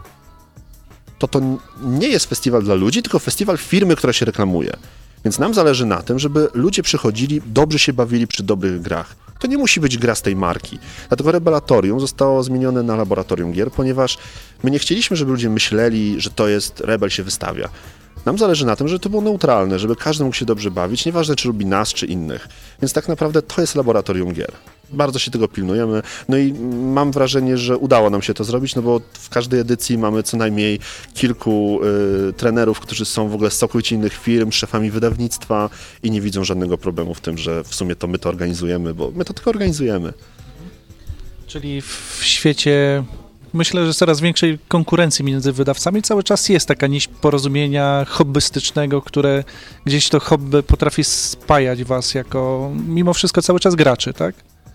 to nie jest festiwal dla ludzi, tylko festiwal firmy, która się reklamuje. Więc nam zależy na tym, żeby ludzie przychodzili, dobrze się bawili przy dobrych grach. To nie musi być gra z tej marki. Dlatego Rebelatorium zostało zmienione na Laboratorium Gier, ponieważ my nie chcieliśmy, żeby ludzie myśleli, że to jest Rebel się wystawia. Nam zależy na tym, żeby to było neutralne, żeby każdy mógł się dobrze bawić, nieważne czy lubi nas, czy innych. Więc tak naprawdę to jest Laboratorium Gier. Bardzo się tego pilnujemy. No i mam wrażenie, że udało nam się to zrobić, no bo w każdej edycji mamy co najmniej kilku trenerów, którzy są w ogóle z całkowicie innych firm, szefami wydawnictwa i nie widzą żadnego problemu w tym, że w sumie to my to organizujemy, bo my to tylko organizujemy. Czyli w świecie, myślę, że coraz większej konkurencji między wydawcami cały czas jest taka nić porozumienia hobbystycznego, które gdzieś to hobby potrafi spajać was jako, mimo wszystko, cały czas graczy, tak?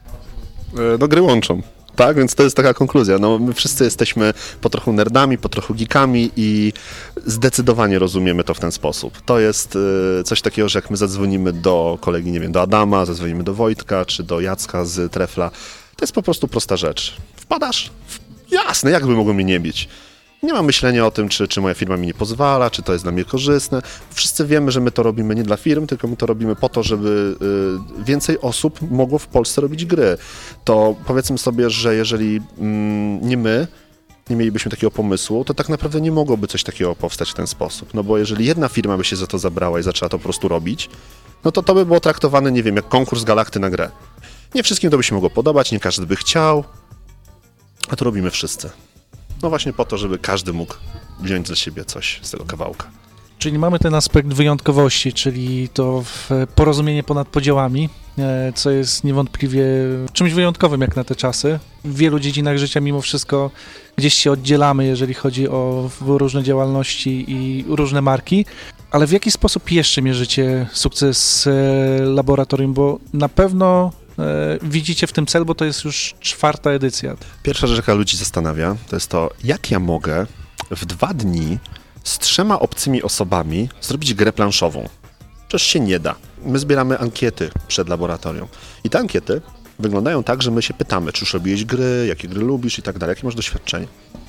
No gry łączą. Tak, więc to jest taka konkluzja. No, my wszyscy jesteśmy po trochu nerdami, po trochu geekami i zdecydowanie rozumiemy to w ten sposób. To jest coś takiego, że jak my zadzwonimy do kolegi, nie wiem, do Adama, zadzwonimy do Wojtka czy do Jacka z Trefla, to jest po prostu prosta rzecz. Wpadasz? Jasne, jakby mogło mnie nie mieć. Nie ma myślenia o tym, czy moja firma mi nie pozwala, czy to jest dla mnie korzystne. Wszyscy wiemy, że my to robimy nie dla firm, tylko my to robimy po to, żeby więcej osób mogło w Polsce robić gry. To powiedzmy sobie, że jeżeli nie my nie mielibyśmy takiego pomysłu, to tak naprawdę nie mogłoby coś takiego powstać w ten sposób. No bo jeżeli jedna firma by się za to zabrała i zaczęła to po prostu robić, no to by było traktowane, nie wiem, jak konkurs Galakty na grę. Nie wszystkim to by się mogło podobać, nie każdy by chciał, a to robimy wszyscy. No właśnie po to, żeby każdy mógł wziąć dla siebie coś z tego kawałka. Czyli mamy ten aspekt wyjątkowości, czyli to porozumienie ponad podziałami, co jest niewątpliwie czymś wyjątkowym jak na te czasy. W wielu dziedzinach życia mimo wszystko gdzieś się oddzielamy, jeżeli chodzi o różne działalności i różne marki. Ale w jaki sposób jeszcze mierzycie sukces laboratorium? Bo na pewno widzicie w tym cel, bo to jest już 4. edycja. Pierwsza rzecz, jaka ludzi zastanawia, to jest to, jak ja mogę w 2 dni z 3 obcymi osobami zrobić grę planszową. Przecież się nie da. My zbieramy ankiety przed laboratorium i te ankiety wyglądają tak, że my się pytamy, czy już robiłeś gry, jakie gry lubisz i tak dalej, jakie masz doświadczenie.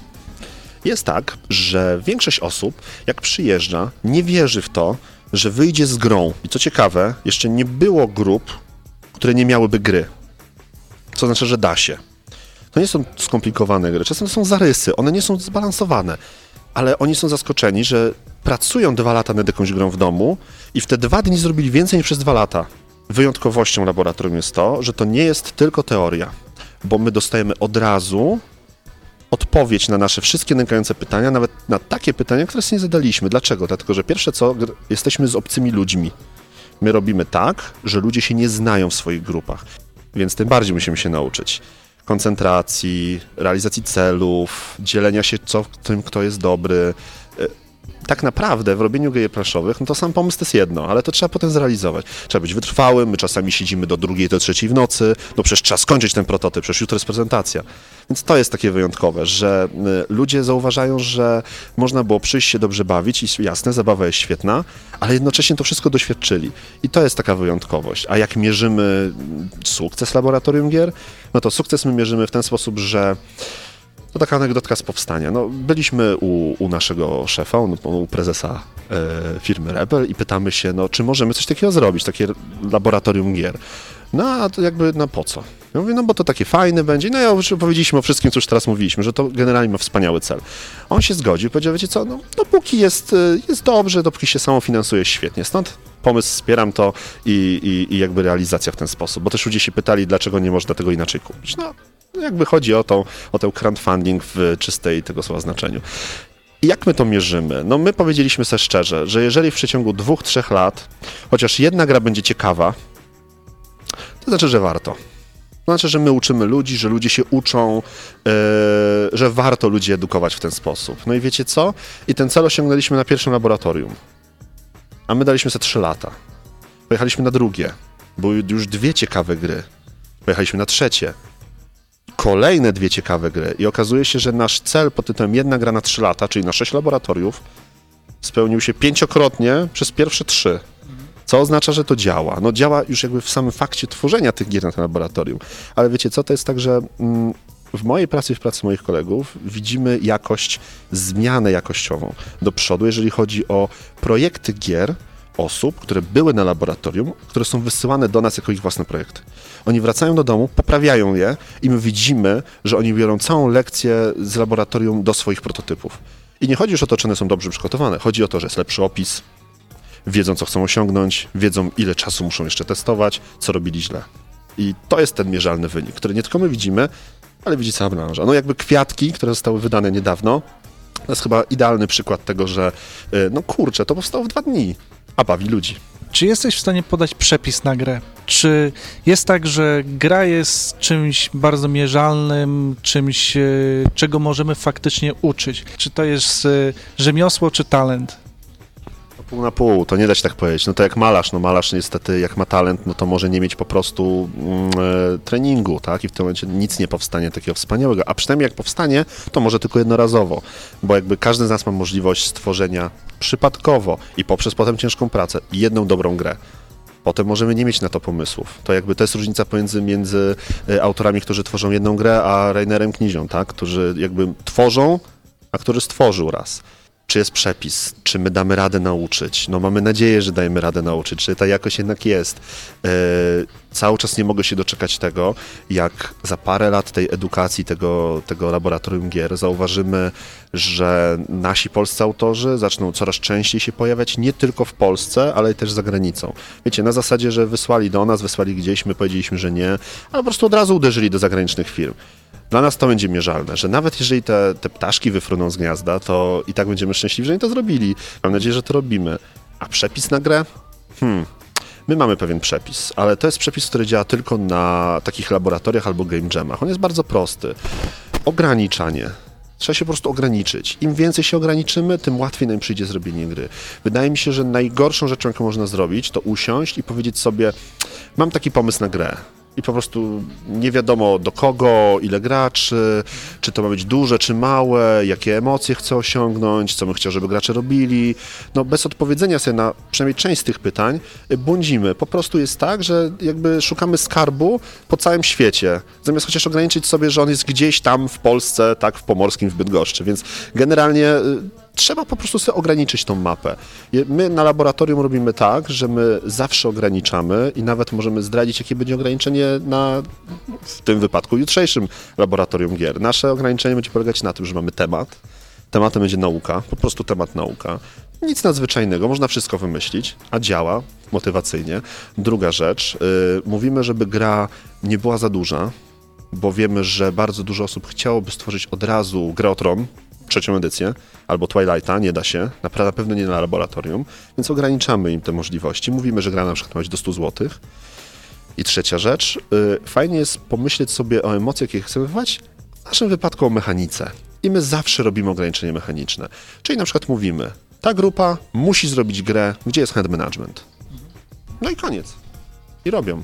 Jest tak, że większość osób, jak przyjeżdża, nie wierzy w to, że wyjdzie z grą. I co ciekawe, jeszcze nie było grup, które nie miałyby gry. Co znaczy, że da się. To nie są skomplikowane gry, czasem to są zarysy, one nie są zbalansowane, ale oni są zaskoczeni, że pracują 2 lata nad jakąś grą w domu i w te 2 dni zrobili więcej niż przez 2 lata. Wyjątkowością laboratorium jest to, że to nie jest tylko teoria, bo my dostajemy od razu odpowiedź na nasze wszystkie nękające pytania, nawet na takie pytania, które sobie nie zadaliśmy. Dlaczego? Dlatego, że pierwsze co, jesteśmy z obcymi ludźmi. My robimy tak, że ludzie się nie znają w swoich grupach, więc tym bardziej musimy się nauczyć koncentracji, realizacji celów, dzielenia się tym, kto jest dobry. Tak naprawdę w robieniu gier planszowych, no to sam pomysł to jest jedno, ale to trzeba potem zrealizować. Trzeba być wytrwałym, my czasami siedzimy do 2, do 3 w nocy, no przecież trzeba skończyć ten prototyp, przecież jutro jest prezentacja. Więc to jest takie wyjątkowe, że ludzie zauważają, że można było przyjść się dobrze bawić i jasne, zabawa jest świetna, ale jednocześnie to wszystko doświadczyli. I to jest taka wyjątkowość. A jak mierzymy sukces laboratorium gier? No to sukces my mierzymy w ten sposób, że to taka anegdotka z powstania. No, byliśmy u naszego szefa, u prezesa firmy Rebel i pytamy się, no, czy możemy coś takiego zrobić, takie laboratorium gier. No, a to jakby, no po co? Ja mówię, no bo to takie fajne będzie. No ja już powiedzieliśmy o wszystkim, co już teraz mówiliśmy, że to generalnie ma wspaniały cel. On się zgodził, powiedział, wiecie co, no dopóki jest dobrze, dopóki się samo finansuje, świetnie. Stąd pomysł, wspieram to i jakby realizacja w ten sposób. Bo też ludzie się pytali, dlaczego nie można tego inaczej kupić. No, jakby chodzi o ten crowdfunding w czystej tego słowa znaczeniu. I jak my to mierzymy? No my powiedzieliśmy sobie szczerze, że jeżeli w przeciągu 2-3 lat chociaż jedna gra będzie ciekawa, to znaczy, że warto. To znaczy, że my uczymy ludzi, że ludzie się uczą, że warto ludzi edukować w ten sposób. No i wiecie co? I ten cel osiągnęliśmy na pierwszym laboratorium. A my daliśmy sobie 3 lata. Pojechaliśmy na drugie. Były już 2 ciekawe gry. Pojechaliśmy na trzecie. Kolejne 2 ciekawe gry. I okazuje się, że nasz cel pod tytułem 1 gra na 3 lata, czyli na 6 laboratoriów, spełnił się 5-krotnie przez pierwsze 3. Co oznacza, że to działa. No działa już jakby w samym fakcie tworzenia tych gier na tym laboratorium. Ale wiecie co, to jest tak, że w mojej pracy i w pracy moich kolegów widzimy jakość, zmianę jakościową do przodu, jeżeli chodzi o projekty gier osób, które były na laboratorium, które są wysyłane do nas jako ich własne projekty. Oni wracają do domu, poprawiają je i my widzimy, że oni biorą całą lekcję z laboratorium do swoich prototypów. I nie chodzi już o to, czy one są dobrze przygotowane. Chodzi o to, że jest lepszy opis, wiedzą, co chcą osiągnąć, wiedzą, ile czasu muszą jeszcze testować, co robili źle. I to jest ten mierzalny wynik, który nie tylko my widzimy, ale widzi cała branża. No jakby Kwiatki, które zostały wydane niedawno, to jest chyba idealny przykład tego, że no kurczę, to powstało w 2 dni, a bawi ludzi. Czy jesteś w stanie podać przepis na grę? Czy jest tak, że gra jest czymś bardzo mierzalnym, czymś, czego możemy faktycznie uczyć? Czy to jest rzemiosło, czy talent? Pół na pół, to nie da się tak powiedzieć. No to jak malarz, no malarz niestety jak ma talent, no to może nie mieć po prostu treningu, tak? I w tym momencie nic nie powstanie takiego wspaniałego, a przynajmniej jak powstanie, to może tylko jednorazowo, bo jakby każdy z nas ma możliwość stworzenia przypadkowo i poprzez potem ciężką pracę jedną dobrą grę. Potem możemy nie mieć na to pomysłów. To jakby to jest różnica między autorami, którzy tworzą jedną grę, a Rainerem Knizią, tak? Którzy jakby tworzą, a który stworzył raz. Czy jest przepis? Czy my damy radę nauczyć? No mamy nadzieję, że dajemy radę nauczyć. Czy ta jakość jednak jest? Cały czas nie mogę się doczekać tego, jak za parę lat tej edukacji, tego laboratorium gier zauważymy, że nasi polscy autorzy zaczną coraz częściej się pojawiać, nie tylko w Polsce, ale też za granicą. Wiecie, na zasadzie, że wysłali do nas, wysłali gdzieś, my powiedzieliśmy, że nie, ale po prostu od razu uderzyli do zagranicznych firm. Dla nas to będzie mierzalne, że nawet jeżeli te ptaszki wyfruną z gniazda, to i tak będziemy szczęśliwi, że oni to zrobili. Mam nadzieję, że to robimy. A przepis na grę? My mamy pewien przepis, ale to jest przepis, który działa tylko na takich laboratoriach albo game jamach. On jest bardzo prosty. Ograniczanie. Trzeba się po prostu ograniczyć. Im więcej się ograniczymy, tym łatwiej nam przyjdzie zrobienie gry. Wydaje mi się, że najgorszą rzeczą, jaką można zrobić, to usiąść i powiedzieć sobie, mam taki pomysł na grę. i po prostu nie wiadomo do kogo, ile graczy, czy to ma być duże, czy małe, jakie emocje chce osiągnąć, co my chciał, żeby gracze robili. No bez odpowiedzenia sobie na przynajmniej część z tych pytań błądzimy. Po prostu jest tak, że jakby szukamy skarbu po całym świecie, zamiast chociaż ograniczyć sobie, że on jest gdzieś tam w Polsce, tak, w Pomorskim, w Bydgoszczy, więc generalnie trzeba po prostu sobie ograniczyć tą mapę. My na laboratorium robimy tak, że my zawsze ograniczamy i nawet możemy zdradzić, jakie będzie ograniczenie na, w tym wypadku, jutrzejszym laboratorium gier. Nasze ograniczenie będzie polegać na tym, że mamy temat. Tematem będzie nauka, po prostu temat nauka. Nic nadzwyczajnego, można wszystko wymyślić, a działa motywacyjnie. Druga rzecz, mówimy, żeby gra nie była za duża, bo wiemy, że bardzo dużo osób chciałoby stworzyć od razu grę o Tron, 3. edycję, albo Twilighta, nie da się, na pewno nie na laboratorium, więc ograniczamy im te możliwości. Mówimy, że gra na przykład ma być do 100 zł. I trzecia rzecz, fajnie jest pomyśleć sobie o emocjach, jakie chcemy wywołać, w naszym wypadku o mechanice. I my zawsze robimy ograniczenie mechaniczne. Czyli na przykład mówimy, ta grupa musi zrobić grę, gdzie jest hand management. No i koniec. I robią.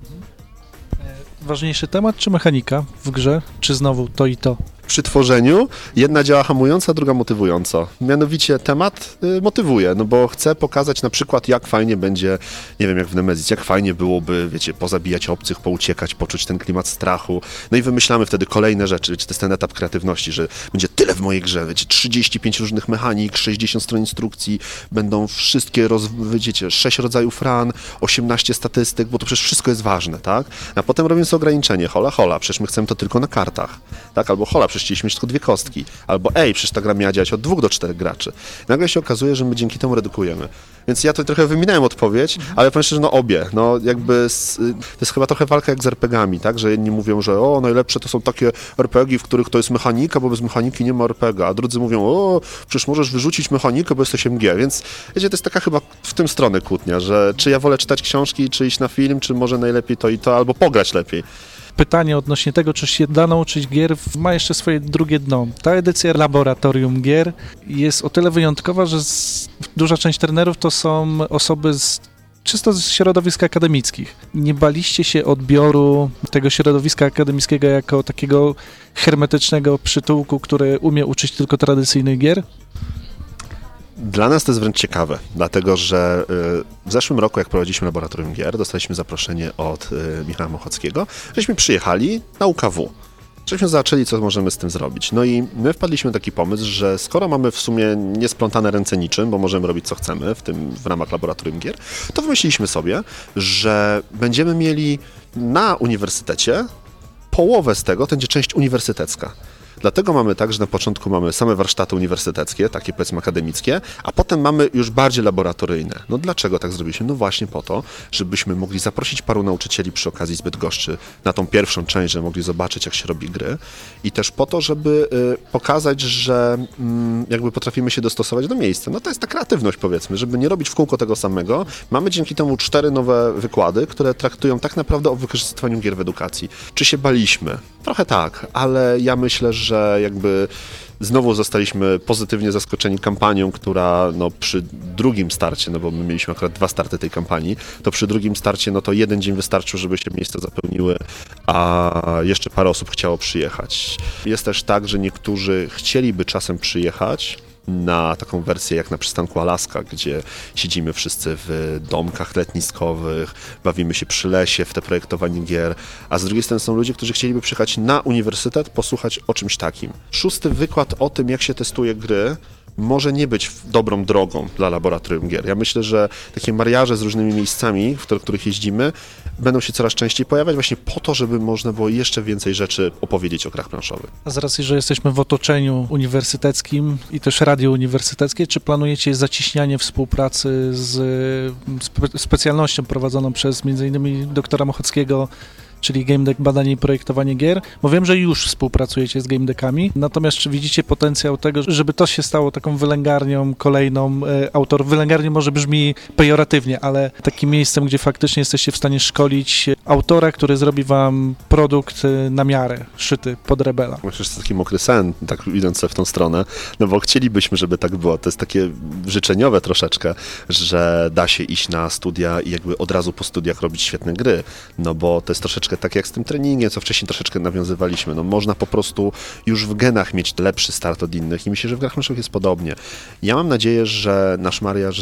Ważniejszy temat czy mechanika w grze, czy znowu to i to? Przy tworzeniu jedna działa hamująco, a druga motywująco. Mianowicie temat motywuje, no bo chcę pokazać na przykład, jak fajnie będzie, nie wiem, jak w Nemesis, jak fajnie byłoby, wiecie, pozabijać obcych, pouciekać, poczuć ten klimat strachu. No i wymyślamy wtedy kolejne rzeczy, wiecie, to jest ten etap kreatywności, że będzie tyle w mojej grze, wiecie, 35 różnych mechanik, 60 stron instrukcji, będą wszystkie, wiecie, 6 rodzajów ran, 18 statystyk, bo to przecież wszystko jest ważne, tak? A potem robimy sobie ograniczenie, hola, przecież my chcemy to tylko na kartach, tak? Albo hola, przecież chcieliśmy mieć tylko 2 kostki. Albo przecież ta gra miała działać od 2 do 4 graczy. Nagle się okazuje, że my dzięki temu redukujemy. Więc ja to trochę wyminąłem odpowiedź, ale powiem szczerze, że no obie. No jakby to jest chyba trochę walka jak z RPG-ami, tak? Że jedni mówią, że najlepsze to są takie RPG, w których to jest mechanika, bo bez mechaniki nie ma RPG, a drudzy mówią, przecież możesz wyrzucić mechanikę, bo jesteś MG. Więc wiecie, to jest taka chyba w tym stronę kłótnia, że czy ja wolę czytać książki, czy iść na film, czy może najlepiej to i to, albo pograć lepiej. Pytanie odnośnie tego, czy się da nauczyć gier, ma jeszcze swoje drugie dno. Ta edycja Laboratorium Gier jest o tyle wyjątkowa, że duża część trenerów to są osoby czysto z środowisk akademickich. Nie baliście się odbioru tego środowiska akademickiego jako takiego hermetycznego przytułku, który umie uczyć tylko tradycyjnych gier? Dla nas to jest wręcz ciekawe, dlatego że w zeszłym roku, jak prowadziliśmy laboratorium gier, dostaliśmy zaproszenie od Michała Mochockiego, żeśmy przyjechali na UKW. Żeśmy zaczęli, co możemy z tym zrobić. No i my wpadliśmy na taki pomysł, że skoro mamy w sumie niesplątane ręce niczym, bo możemy robić co chcemy w ramach laboratorium gier, to wymyśliliśmy sobie, że będziemy mieli na uniwersytecie połowę z tego, to będzie część uniwersytecka. Dlatego mamy tak, że na początku mamy same warsztaty uniwersyteckie, takie powiedzmy akademickie, a potem mamy już bardziej laboratoryjne. No dlaczego tak zrobiliśmy? No właśnie po to, żebyśmy mogli zaprosić paru nauczycieli przy okazji z Bydgoszczy na tą pierwszą część, że mogli zobaczyć, jak się robi gry i też po to, żeby pokazać, że jakby potrafimy się dostosować do miejsca. No to jest ta kreatywność, powiedzmy, żeby nie robić w kółko tego samego. Mamy dzięki temu 4 nowe wykłady, które traktują tak naprawdę o wykorzystywaniu gier w edukacji. Czy się baliśmy? Trochę tak, ale ja myślę, że jakby znowu zostaliśmy pozytywnie zaskoczeni kampanią, która przy drugim starcie, bo my mieliśmy akurat 2 starty tej kampanii, to przy drugim starcie to 1 dzień wystarczył, żeby się miejsca zapełniły, a jeszcze parę osób chciało przyjechać. Jest też tak, że niektórzy chcieliby czasem przyjechać na taką wersję jak na przystanku Alaska, gdzie siedzimy wszyscy w domkach letniskowych, bawimy się przy lesie w te projektowanie gier, a z drugiej strony są ludzie, którzy chcieliby przyjechać na uniwersytet, posłuchać o czymś takim. 6. wykład o tym, jak się testuje gry, może nie być dobrą drogą dla laboratorium gier. Ja myślę, że takie mariaże z różnymi miejscami, w których jeździmy, będą się coraz częściej pojawiać właśnie po to, żeby można było jeszcze więcej rzeczy opowiedzieć o grach planszowych. A z racji, że jesteśmy w otoczeniu uniwersyteckim i też radio uniwersyteckie, czy planujecie zacieśnianie współpracy z specjalnością prowadzoną przez m.in. doktora Mochockiego, czyli Game Deck Badanie i Projektowanie Gier, bo wiem, że już współpracujecie z Game Deckami, natomiast czy widzicie potencjał tego, żeby to się stało taką wylęgarnią kolejną, wylęgarnią może brzmi pejoratywnie, ale takim miejscem, gdzie faktycznie jesteście w stanie szkolić autora, który zrobi wam produkt na miarę, szyty pod Rebela. Myślę, że to jest taki mokry sen, tak idąc w tą stronę, bo chcielibyśmy, żeby tak było. To jest takie życzeniowe troszeczkę, że da się iść na studia i jakby od razu po studiach robić świetne gry, bo to jest troszeczkę troszeczkę tak jak z tym treningiem, co wcześniej troszeczkę nawiązywaliśmy. No, można po prostu już w genach mieć lepszy start od innych i myślę, że w grach planszowych jest podobnie. Ja mam nadzieję, że nasz mariaż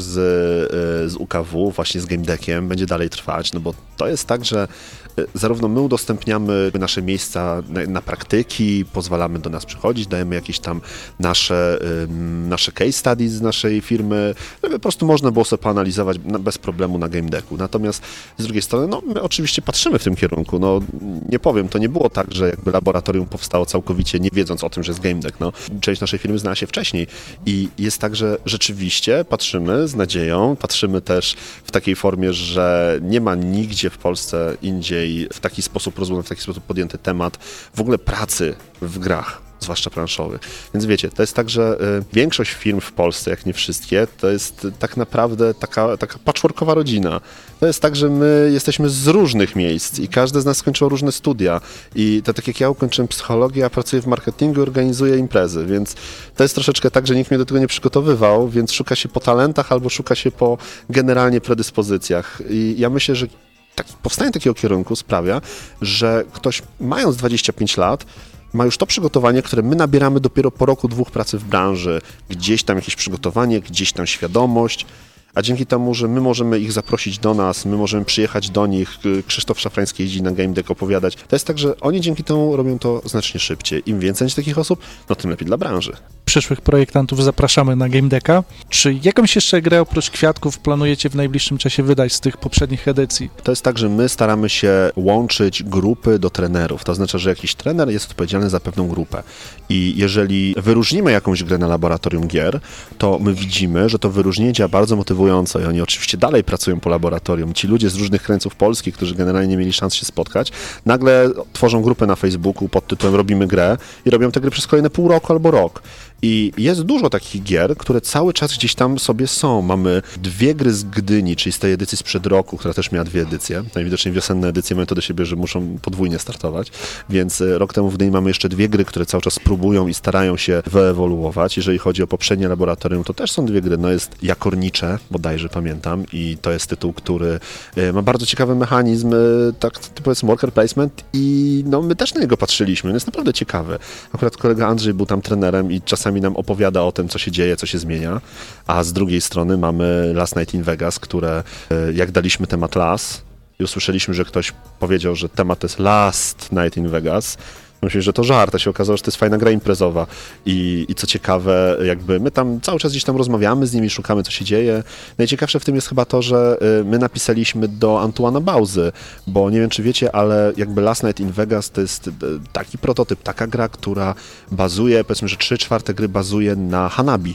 z UKW, właśnie z Game Deckiem będzie dalej trwać, no bo to jest tak, że zarówno my udostępniamy nasze miejsca na praktyki, pozwalamy do nas przychodzić, dajemy jakieś tam nasze case studies z naszej firmy, żeby po prostu można było sobie poanalizować bez problemu na Game Decku. Natomiast z drugiej strony, no my oczywiście patrzymy w tym kierunku, no nie powiem, to nie było tak, że jakby laboratorium powstało całkowicie nie wiedząc o tym, że jest Game Deck, no. Część naszej firmy znała się wcześniej i jest tak, że rzeczywiście patrzymy z nadzieją, patrzymy też w takiej formie, że nie ma nigdzie w Polsce indziej w taki sposób rozumiany, w taki sposób podjęty temat w ogóle pracy w grach, zwłaszcza planszowych. Więc wiecie, to jest tak, że większość firm w Polsce, jak nie wszystkie, to jest tak naprawdę taka patchworkowa rodzina. To jest tak, że my jesteśmy z różnych miejsc i każdy z nas skończył różne studia. I to tak jak ja ukończyłem psychologię, ja pracuję w marketingu, organizuję imprezy, więc to jest troszeczkę tak, że nikt mnie do tego nie przygotowywał, więc szuka się po talentach albo szuka się po generalnie predyspozycjach. I ja myślę, że powstanie takiego kierunku sprawia, że ktoś mając 25 lat ma już to przygotowanie, które my nabieramy dopiero po roku, 2 pracy w branży. Gdzieś tam jakieś przygotowanie, gdzieś tam świadomość, a dzięki temu, że my możemy ich zaprosić do nas, my możemy przyjechać do nich, Krzysztof Szafrański jeździ na Game Deck opowiadać, to jest tak, że oni dzięki temu robią to znacznie szybciej. Im więcej takich osób, no tym lepiej dla branży. Przyszłych projektantów zapraszamy na Game Decka. Czy jakąś jeszcze grę oprócz Kwiatków planujecie w najbliższym czasie wydać z tych poprzednich edycji? To jest tak, że my staramy się łączyć grupy do trenerów. To oznacza, że jakiś trener jest odpowiedzialny za pewną grupę. I jeżeli wyróżnimy jakąś grę na laboratorium gier, to my widzimy, że to wyróżnienie działa bardzo motywująco i oni oczywiście dalej pracują po laboratorium. Ci ludzie z różnych krańców Polski, którzy generalnie nie mieli szans się spotkać, nagle tworzą grupę na Facebooku pod tytułem Robimy grę i robią te gry przez kolejne pół roku albo rok. I jest dużo takich gier, które cały czas gdzieś tam sobie są. Mamy 2 gry z Gdyni, czyli z tej edycji sprzed roku, która też miała 2 edycje. Najwidoczniej wiosenne edycje mają to do siebie, że muszą podwójnie startować. Więc rok temu w Gdyni mamy jeszcze 2 gry, które cały czas próbują i starają się wyewoluować. Jeżeli chodzi o poprzednie laboratorium, to też są 2 gry. No jest Jakornicze, bodajże pamiętam, i to jest tytuł, który ma bardzo ciekawy mechanizm, tak powiedzmy worker placement i no my też na niego patrzyliśmy. On jest naprawdę ciekawy. Akurat kolega Andrzej był tam trenerem i czasami nam opowiada o tym, co się dzieje, co się zmienia, a z drugiej strony mamy Last Night in Vegas, które jak daliśmy temat Las i usłyszeliśmy, że ktoś powiedział, że temat to jest Last Night in Vegas, myślę, że to żart, a się okazało, że to jest fajna gra imprezowa i co ciekawe, jakby my tam cały czas gdzieś tam rozmawiamy z nimi, szukamy, co się dzieje. Najciekawsze w tym jest chyba to, że my napisaliśmy do Antoana Bauzy, bo nie wiem, czy wiecie, ale jakby Last Night in Vegas to jest taki prototyp, taka gra, która bazuje, powiedzmy, że 3/4 gry bazuje na Hanabi,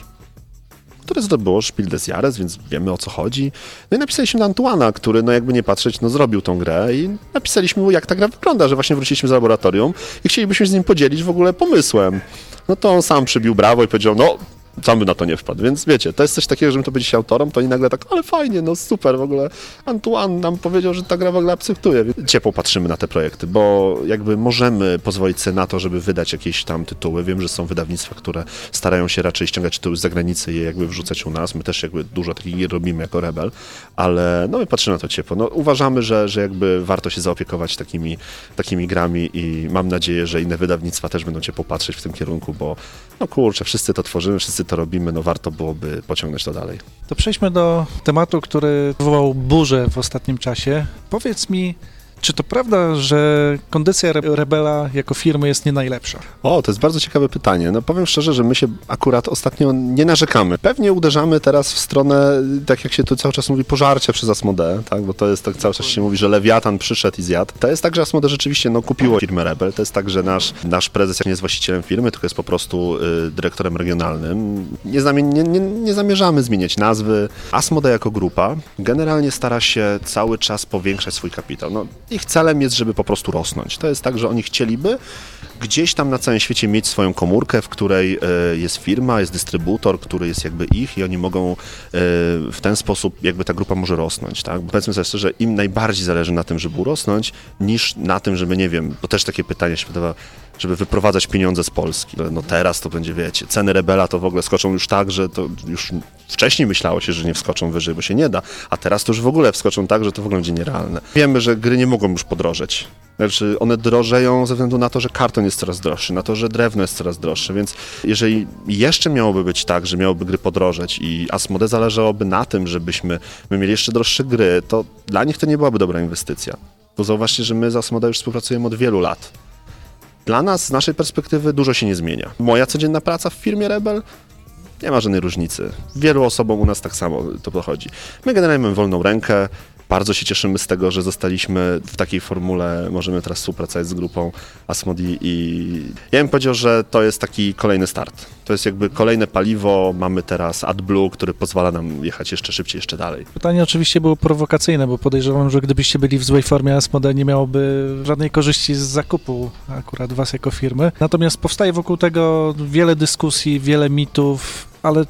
które zdobyło Spiel des Jahres, więc wiemy, o co chodzi. No i napisaliśmy do Antoana, który, no jakby nie patrzeć, no zrobił tą grę i napisaliśmy mu, jak ta gra wygląda, że właśnie wróciliśmy z laboratorium i chcielibyśmy z nim podzielić w ogóle pomysłem. No to on sam przybił brawo i powiedział, no sam by na to nie wpadł, więc wiecie, to jest coś takiego, że my to powiedzieliśmy autorom, to oni nagle tak, ale fajnie, no super, w ogóle Antoine nam powiedział, że ta gra w ogóle akceptuje. Ciepło patrzymy na te projekty, bo jakby możemy pozwolić sobie na to, żeby wydać jakieś tam tytuły. Wiem, że są wydawnictwa, które starają się raczej ściągać tytuły z zagranicy i je jakby wrzucać u nas. My też jakby dużo takich gier robimy jako Rebel, ale no my patrzymy na to ciepło. No uważamy, że jakby warto się zaopiekować takimi grami i mam nadzieję, że inne wydawnictwa też będą ciepło patrzeć w tym kierunku, bo no kurczę, wszyscy to tworzymy, wszyscy to robimy, no warto byłoby pociągnąć to dalej. To przejdźmy do tematu, który wywołał burzę w ostatnim czasie. Powiedz mi, czy to prawda, że kondycja Rebela jako firmy jest nie najlepsza? O, to jest bardzo ciekawe pytanie. No powiem szczerze, że my się akurat ostatnio nie narzekamy. Pewnie uderzamy teraz w stronę, tak jak się tu cały czas mówi, pożarcia przez Asmodeę, tak? Bo to jest tak, cały czas się mówi, że Lewiatan przyszedł i zjadł. To jest tak, że Asmodee rzeczywiście kupiło firmę Rebel. To jest tak, że nasz prezes jak nie jest właścicielem firmy, tylko jest po prostu dyrektorem regionalnym. Nie zamierzamy zmieniać nazwy. Asmodee jako grupa generalnie stara się cały czas powiększać swój kapitał. No, ich celem jest, żeby po prostu rosnąć. To jest tak, że oni chcieliby gdzieś tam na całym świecie mieć swoją komórkę, w której jest firma, jest dystrybutor, który jest jakby ich i oni mogą w ten sposób jakby ta grupa może rosnąć, tak? Bo powiedzmy sobie szczerze, im najbardziej zależy na tym, żeby urosnąć, niż na tym, żeby, nie wiem, to też takie pytanie się wydawa, żeby wyprowadzać pieniądze z Polski. No teraz to będzie, wiecie, ceny Rebela to w ogóle skoczą już tak, że to już wcześniej myślało się, że nie wskoczą wyżej, bo się nie da, a teraz to już w ogóle wskoczą tak, że to w ogóle będzie nierealne. Wiemy, że gry nie mogą już podrożeć. Znaczy one drożeją ze względu na to, że karton jest coraz droższy, na to, że drewno jest coraz droższe, więc jeżeli jeszcze miałoby być tak, że miałoby gry podrożeć i Asmodee zależałoby na tym, żebyśmy mieli jeszcze droższe gry, to dla nich to nie byłaby dobra inwestycja. Bo zauważcie, że my z Asmodee już współpracujemy od wielu lat. Dla nas, z naszej perspektywy, dużo się nie zmienia. Moja codzienna praca w firmie Rebel nie ma żadnej różnicy. Wielu osobom u nas tak samo to dochodzi. My generalnie mamy wolną rękę. Bardzo się cieszymy z tego, że zostaliśmy w takiej formule, możemy teraz współpracować z grupą Asmodee i ja bym powiedział, że to jest taki kolejny start. To jest jakby kolejne paliwo, mamy teraz AdBlue, który pozwala nam jechać jeszcze szybciej, jeszcze dalej. Pytanie oczywiście było prowokacyjne, bo podejrzewam, że gdybyście byli w złej formie, Asmodee nie miałoby żadnej korzyści z zakupu akurat was jako firmy. Natomiast powstaje wokół tego wiele dyskusji, wiele mitów, ale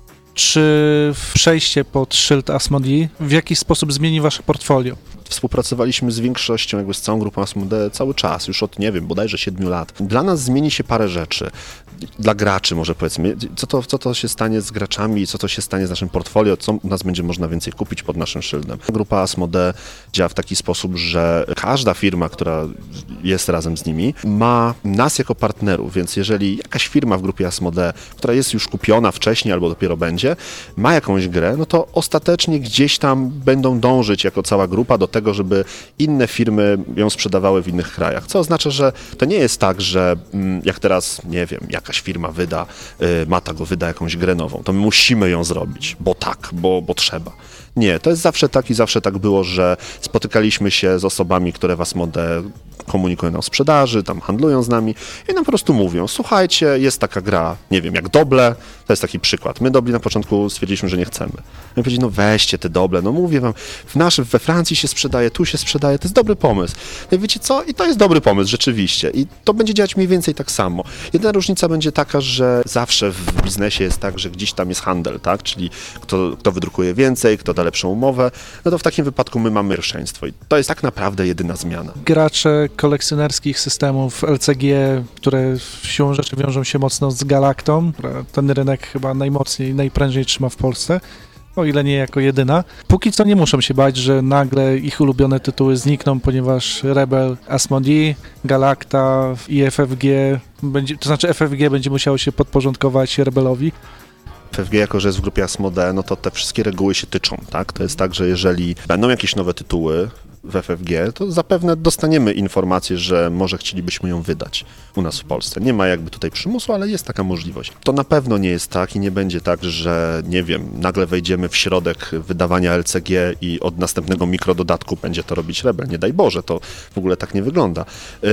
czy przejście pod szyld Asmodee w jakiś sposób zmieni wasze portfolio? Współpracowaliśmy z większością, jakby z całą grupą Asmodee cały czas, już od, nie wiem, bodajże 7 lat. Dla nas zmieni się parę rzeczy. Dla graczy może powiedzmy, co to się stanie z graczami, co to się stanie z naszym portfolio, co u nas będzie można więcej kupić pod naszym szyldem. Grupa Asmodee działa w taki sposób, że każda firma, która jest razem z nimi, ma nas jako partnerów, więc jeżeli jakaś firma w grupie Asmodee, która jest już kupiona wcześniej albo dopiero będzie, ma jakąś grę, no to ostatecznie gdzieś tam będą dążyć jako cała grupa do tego, żeby inne firmy ją sprzedawały w innych krajach. Co oznacza, że to nie jest tak, że jak teraz, nie wiem, jakaś firma wyda, Matago wyda jakąś grę nową, to my musimy ją zrobić, bo tak, bo trzeba. Nie, to jest zawsze tak i zawsze tak było, że spotykaliśmy się z osobami, które w Asmodee komunikują nam o sprzedaży, tam handlują z nami i nam po prostu mówią, słuchajcie, jest taka gra, nie wiem, jak Doble, to jest taki przykład. My Dobli na początku stwierdziliśmy, że nie chcemy. My powiedzieli, no weźcie te Doble, no mówię wam, we Francji się sprzedaje, tu się sprzedaje, to jest dobry pomysł. No i wiecie co? I to jest dobry pomysł, rzeczywiście. I to będzie działać mniej więcej tak samo. Jedyna różnica będzie taka, że zawsze w biznesie jest tak, że gdzieś tam jest handel, tak? Czyli kto wydrukuje więcej, kto da lepszą umowę, no to w takim wypadku my mamy pierwszeństwo. I to jest tak naprawdę jedyna zmiana. Gracze kolekcjonerskich systemów LCG, które siłą rzeczy wiążą się mocno z Galaktą, która ten rynek chyba najmocniej, najprędzej trzyma w Polsce, o ile nie jako jedyna. Póki co nie muszą się bać, że nagle ich ulubione tytuły znikną, ponieważ Rebel, Asmodee, Galacta i FFG, to znaczy FFG będzie musiało się podporządkować Rebelowi. FFG, jako że jest w grupie Asmodee, no to te wszystkie reguły się tyczą, tak? To jest tak, że jeżeli będą jakieś nowe tytuły w FFG, to zapewne dostaniemy informację, że może chcielibyśmy ją wydać u nas w Polsce. Nie ma jakby tutaj przymusu, ale jest taka możliwość. To na pewno nie jest tak i nie będzie tak, że nie wiem, nagle wejdziemy w środek wydawania LCG i od następnego mikrododatku będzie to robić Rebel. Nie daj Boże, to w ogóle tak nie wygląda.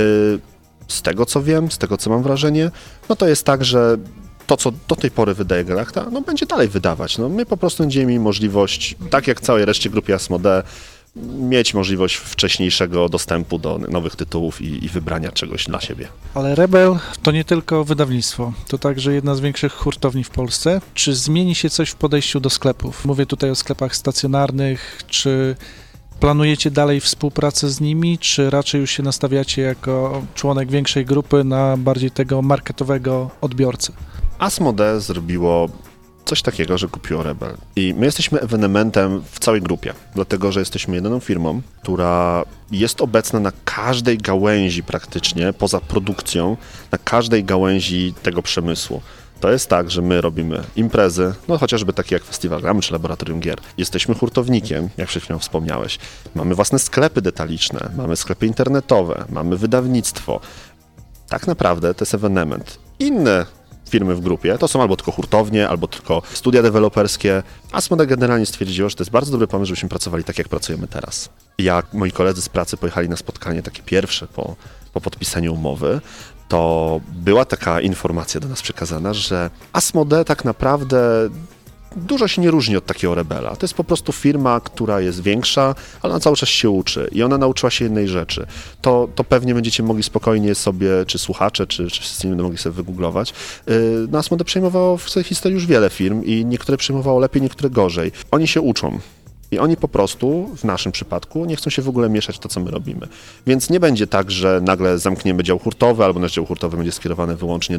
Z tego co wiem, z tego co mam wrażenie, no to jest tak, że to, co do tej pory wydaje Galacta, no będzie dalej wydawać. No, my po prostu będziemy mieli możliwość, tak jak całej reszcie grupy Asmodee, mieć możliwość wcześniejszego dostępu do nowych tytułów i wybrania czegoś dla siebie. Ale Rebel to nie tylko wydawnictwo, to także jedna z większych hurtowni w Polsce. Czy zmieni się coś w podejściu do sklepów? Mówię tutaj o sklepach stacjonarnych, czy planujecie dalej współpracę z nimi, czy raczej już się nastawiacie jako członek większej grupy na bardziej tego marketowego odbiorcę? Asmodee zrobiło coś takiego, że kupiło Rebel. I my jesteśmy ewenementem w całej grupie, dlatego że jesteśmy jedyną firmą, która jest obecna na każdej gałęzi praktycznie, poza produkcją, na każdej gałęzi tego przemysłu. To jest tak, że my robimy imprezy, no chociażby takie jak Festiwal Gramy czy Laboratorium Gier. Jesteśmy hurtownikiem, jak przed chwilą wspomniałeś. Mamy własne sklepy detaliczne, mamy sklepy internetowe, mamy wydawnictwo. Tak naprawdę to jest ewenement. Inne firmy w grupie to są albo tylko hurtownie, albo tylko studia deweloperskie. Asmodee generalnie stwierdziło, że to jest bardzo dobry pomysł, żebyśmy pracowali tak, jak pracujemy teraz. Jak moi koledzy z pracy pojechali na spotkanie takie pierwsze po podpisaniu umowy, to była taka informacja do nas przekazana, że Asmodee tak naprawdę dużo się nie różni od takiego Rebela. To jest po prostu firma, która jest większa, ale ona cały czas się uczy i ona nauczyła się jednej rzeczy. To pewnie będziecie mogli spokojnie sobie, czy słuchacze, czy wszyscy inni będą mogli sobie wygooglować. Asmodee przejmowało w swojej historii już wiele firm i niektóre przejmowało lepiej, niektóre gorzej. Oni się uczą. I oni po prostu, w naszym przypadku, nie chcą się w ogóle mieszać w to, co my robimy. Więc nie będzie tak, że nagle zamkniemy dział hurtowy, albo nasz dział hurtowy będzie skierowany wyłącznie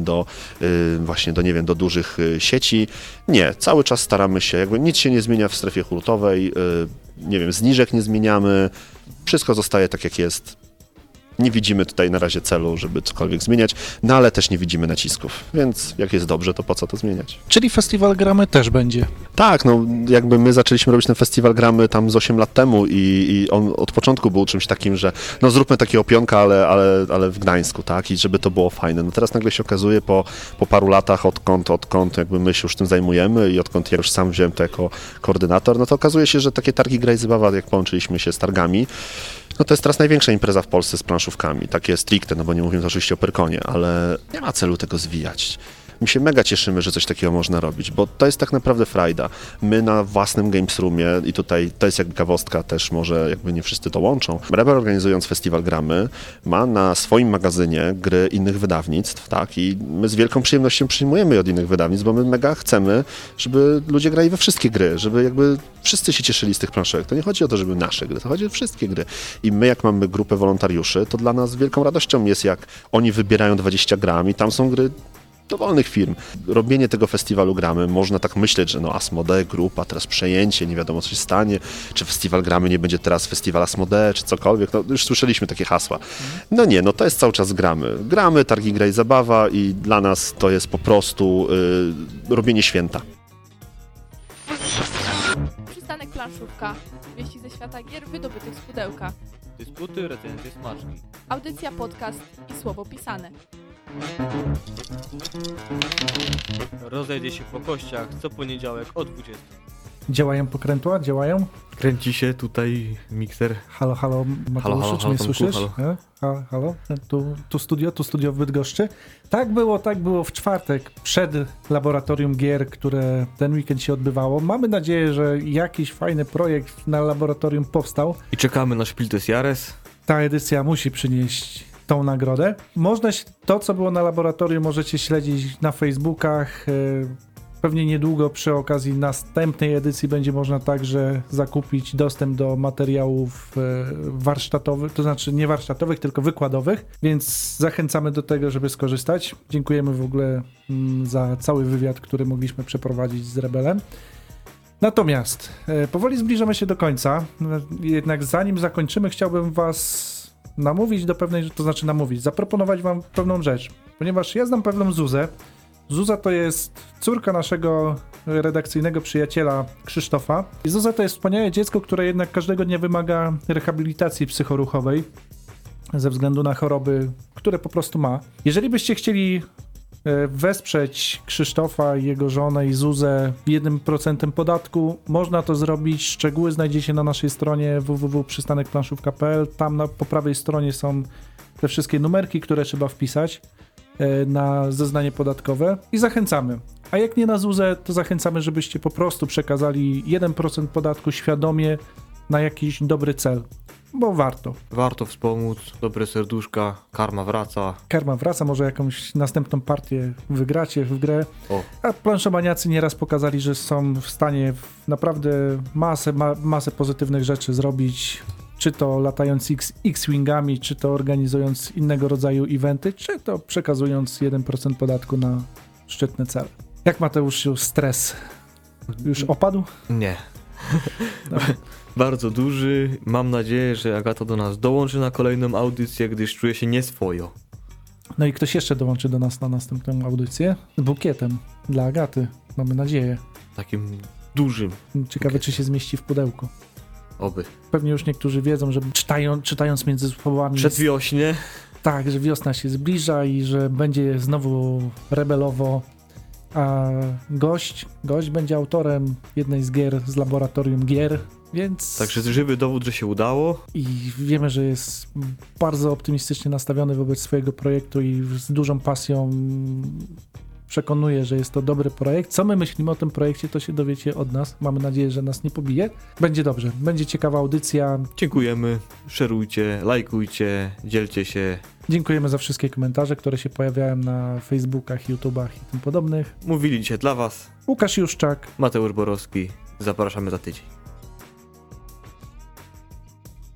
do dużych sieci. Nie, cały czas staramy się, jakby nic się nie zmienia w strefie hurtowej, zniżek nie zmieniamy, wszystko zostaje tak, jak jest. Nie widzimy tutaj na razie celu, żeby cokolwiek zmieniać, no ale też nie widzimy nacisków, więc jak jest dobrze, to po co to zmieniać? Czyli festiwal gramy też będzie. Tak, no jakby my zaczęliśmy robić ten festiwal gramy tam z 8 lat temu i on od początku był czymś takim, że no zróbmy takiego pionka, ale w Gdańsku, tak, i żeby to było fajne. No teraz nagle się okazuje po paru latach, odkąd jakby my się już tym zajmujemy i odkąd ja już sam wziąłem to jako koordynator, no to okazuje się, że takie targi Gra i Zabawa, jak połączyliśmy się z targami, no to jest teraz największa impreza w Polsce z planszówkami, takie stricte, no bo nie mówimy oczywiście o Pyrkonie, ale nie ma celu tego zwijać. My się mega cieszymy, że coś takiego można robić, bo to jest tak naprawdę frajda. My na własnym Games Roomie, i tutaj to jest jakby ciekawostka też, może jakby nie wszyscy to łączą, Rebel organizując festiwal Gramy ma na swoim magazynie gry innych wydawnictw, tak, i my z wielką przyjemnością przyjmujemy je od innych wydawnictw, bo my mega chcemy, żeby ludzie grali we wszystkie gry, żeby jakby wszyscy się cieszyli z tych planszówek. To nie chodzi o to, żeby nasze gry, to chodzi o wszystkie gry. I my jak mamy grupę wolontariuszy, to dla nas wielką radością jest, jak oni wybierają 20 gram i tam są gry dowolnych firm. Robienie tego festiwalu Gramy, można tak myśleć, że no Asmodee grupa, teraz przejęcie, nie wiadomo co się stanie, czy festiwal Gramy nie będzie teraz festiwal Asmodee, czy cokolwiek, no już słyszeliśmy takie hasła. No nie, no to jest cały czas Gramy. Gramy, targi Gra i Zabawa i dla nas to jest po prostu robienie święta. Przystanek planszówka. Wieści ze świata gier wydobytych z pudełka. Dysputy, recenzje, smaczki. Audycja, podcast i słowo pisane. Rozejdzie się po kościach co poniedziałek o 20. Działają pokrętła? Działają? Kręci się tutaj mikser. Halo, halo, Mateuszu, halo, czy mnie Tomku, słyszysz? halo. Halo? Tu studio w Bydgoszczy. Tak było w czwartek, przed laboratorium gier, które ten weekend się odbywało. Mamy nadzieję, że jakiś fajny projekt na laboratorium powstał. I czekamy na Spiel des Jahres. Ta edycja musi przynieść tą nagrodę. To, co było na laboratorium, możecie śledzić na Facebookach. Pewnie niedługo przy okazji następnej edycji będzie można także zakupić dostęp do materiałów warsztatowych, to znaczy nie warsztatowych, tylko wykładowych, więc zachęcamy do tego, żeby skorzystać. Dziękujemy w ogóle za cały wywiad, który mogliśmy przeprowadzić z Rebelem. Natomiast powoli zbliżamy się do końca, jednak zanim zakończymy, chciałbym was namówić do pewnej, to znaczy zaproponować wam pewną rzecz, ponieważ ja znam pewną Zuzę. Zuza to jest córka naszego redakcyjnego przyjaciela Krzysztofa. I Zuza to jest wspaniałe dziecko, które jednak każdego dnia wymaga rehabilitacji psychoruchowej ze względu na choroby, które po prostu ma. Jeżeli byście chcieli wesprzeć Krzysztofa, jego żonę i Zuzę 1% podatku, można to zrobić. Szczegóły znajdziecie na naszej stronie www.przystanekplanszówka.pl. Tam po prawej stronie są te wszystkie numerki, które trzeba wpisać na zeznanie podatkowe i zachęcamy. A jak nie na Zuzę, to zachęcamy, żebyście po prostu przekazali 1% podatku świadomie na jakiś dobry cel, bo warto. Warto wspomóc, dobre serduszka, karma wraca. Karma wraca, może jakąś następną partię wygracie w grę. O. A planszomaniacy nieraz pokazali, że są w stanie naprawdę masę pozytywnych rzeczy zrobić. Czy to latając X-Wingami, czy to organizując innego rodzaju eventy, czy to przekazując 1% podatku na szczytne cele. Jak Mateuszu, stres już opadł? Nie. Bardzo duży. Mam nadzieję, że Agata do nas dołączy na kolejną audycję, gdyż czuje się nieswojo. No i ktoś jeszcze dołączy do nas na następną audycję z bukietem dla Agaty. Mamy nadzieję. Takim dużym. Ciekawe, czy się zmieści w pudełku. Oby. Pewnie już niektórzy wiedzą, że czytając między słowami... Przedwiośnie. Tak, że wiosna się zbliża i że będzie znowu rebelowo, a gość będzie autorem jednej z gier z laboratorium gier, więc... Także żywy dowód, że się udało. I wiemy, że jest bardzo optymistycznie nastawiony wobec swojego projektu i z dużą pasją przekonuje, że jest to dobry projekt. Co my myślimy o tym projekcie, to się dowiecie od nas. Mamy nadzieję, że nas nie pobije. Będzie dobrze, będzie ciekawa audycja. Dziękujemy, szerujcie, lajkujcie, dzielcie się. Dziękujemy za wszystkie komentarze, które się pojawiają na Facebookach, YouTubach i tym podobnych. Mówili dzisiaj dla was Łukasz Juszczak. Mateusz Borowski. Zapraszamy za tydzień.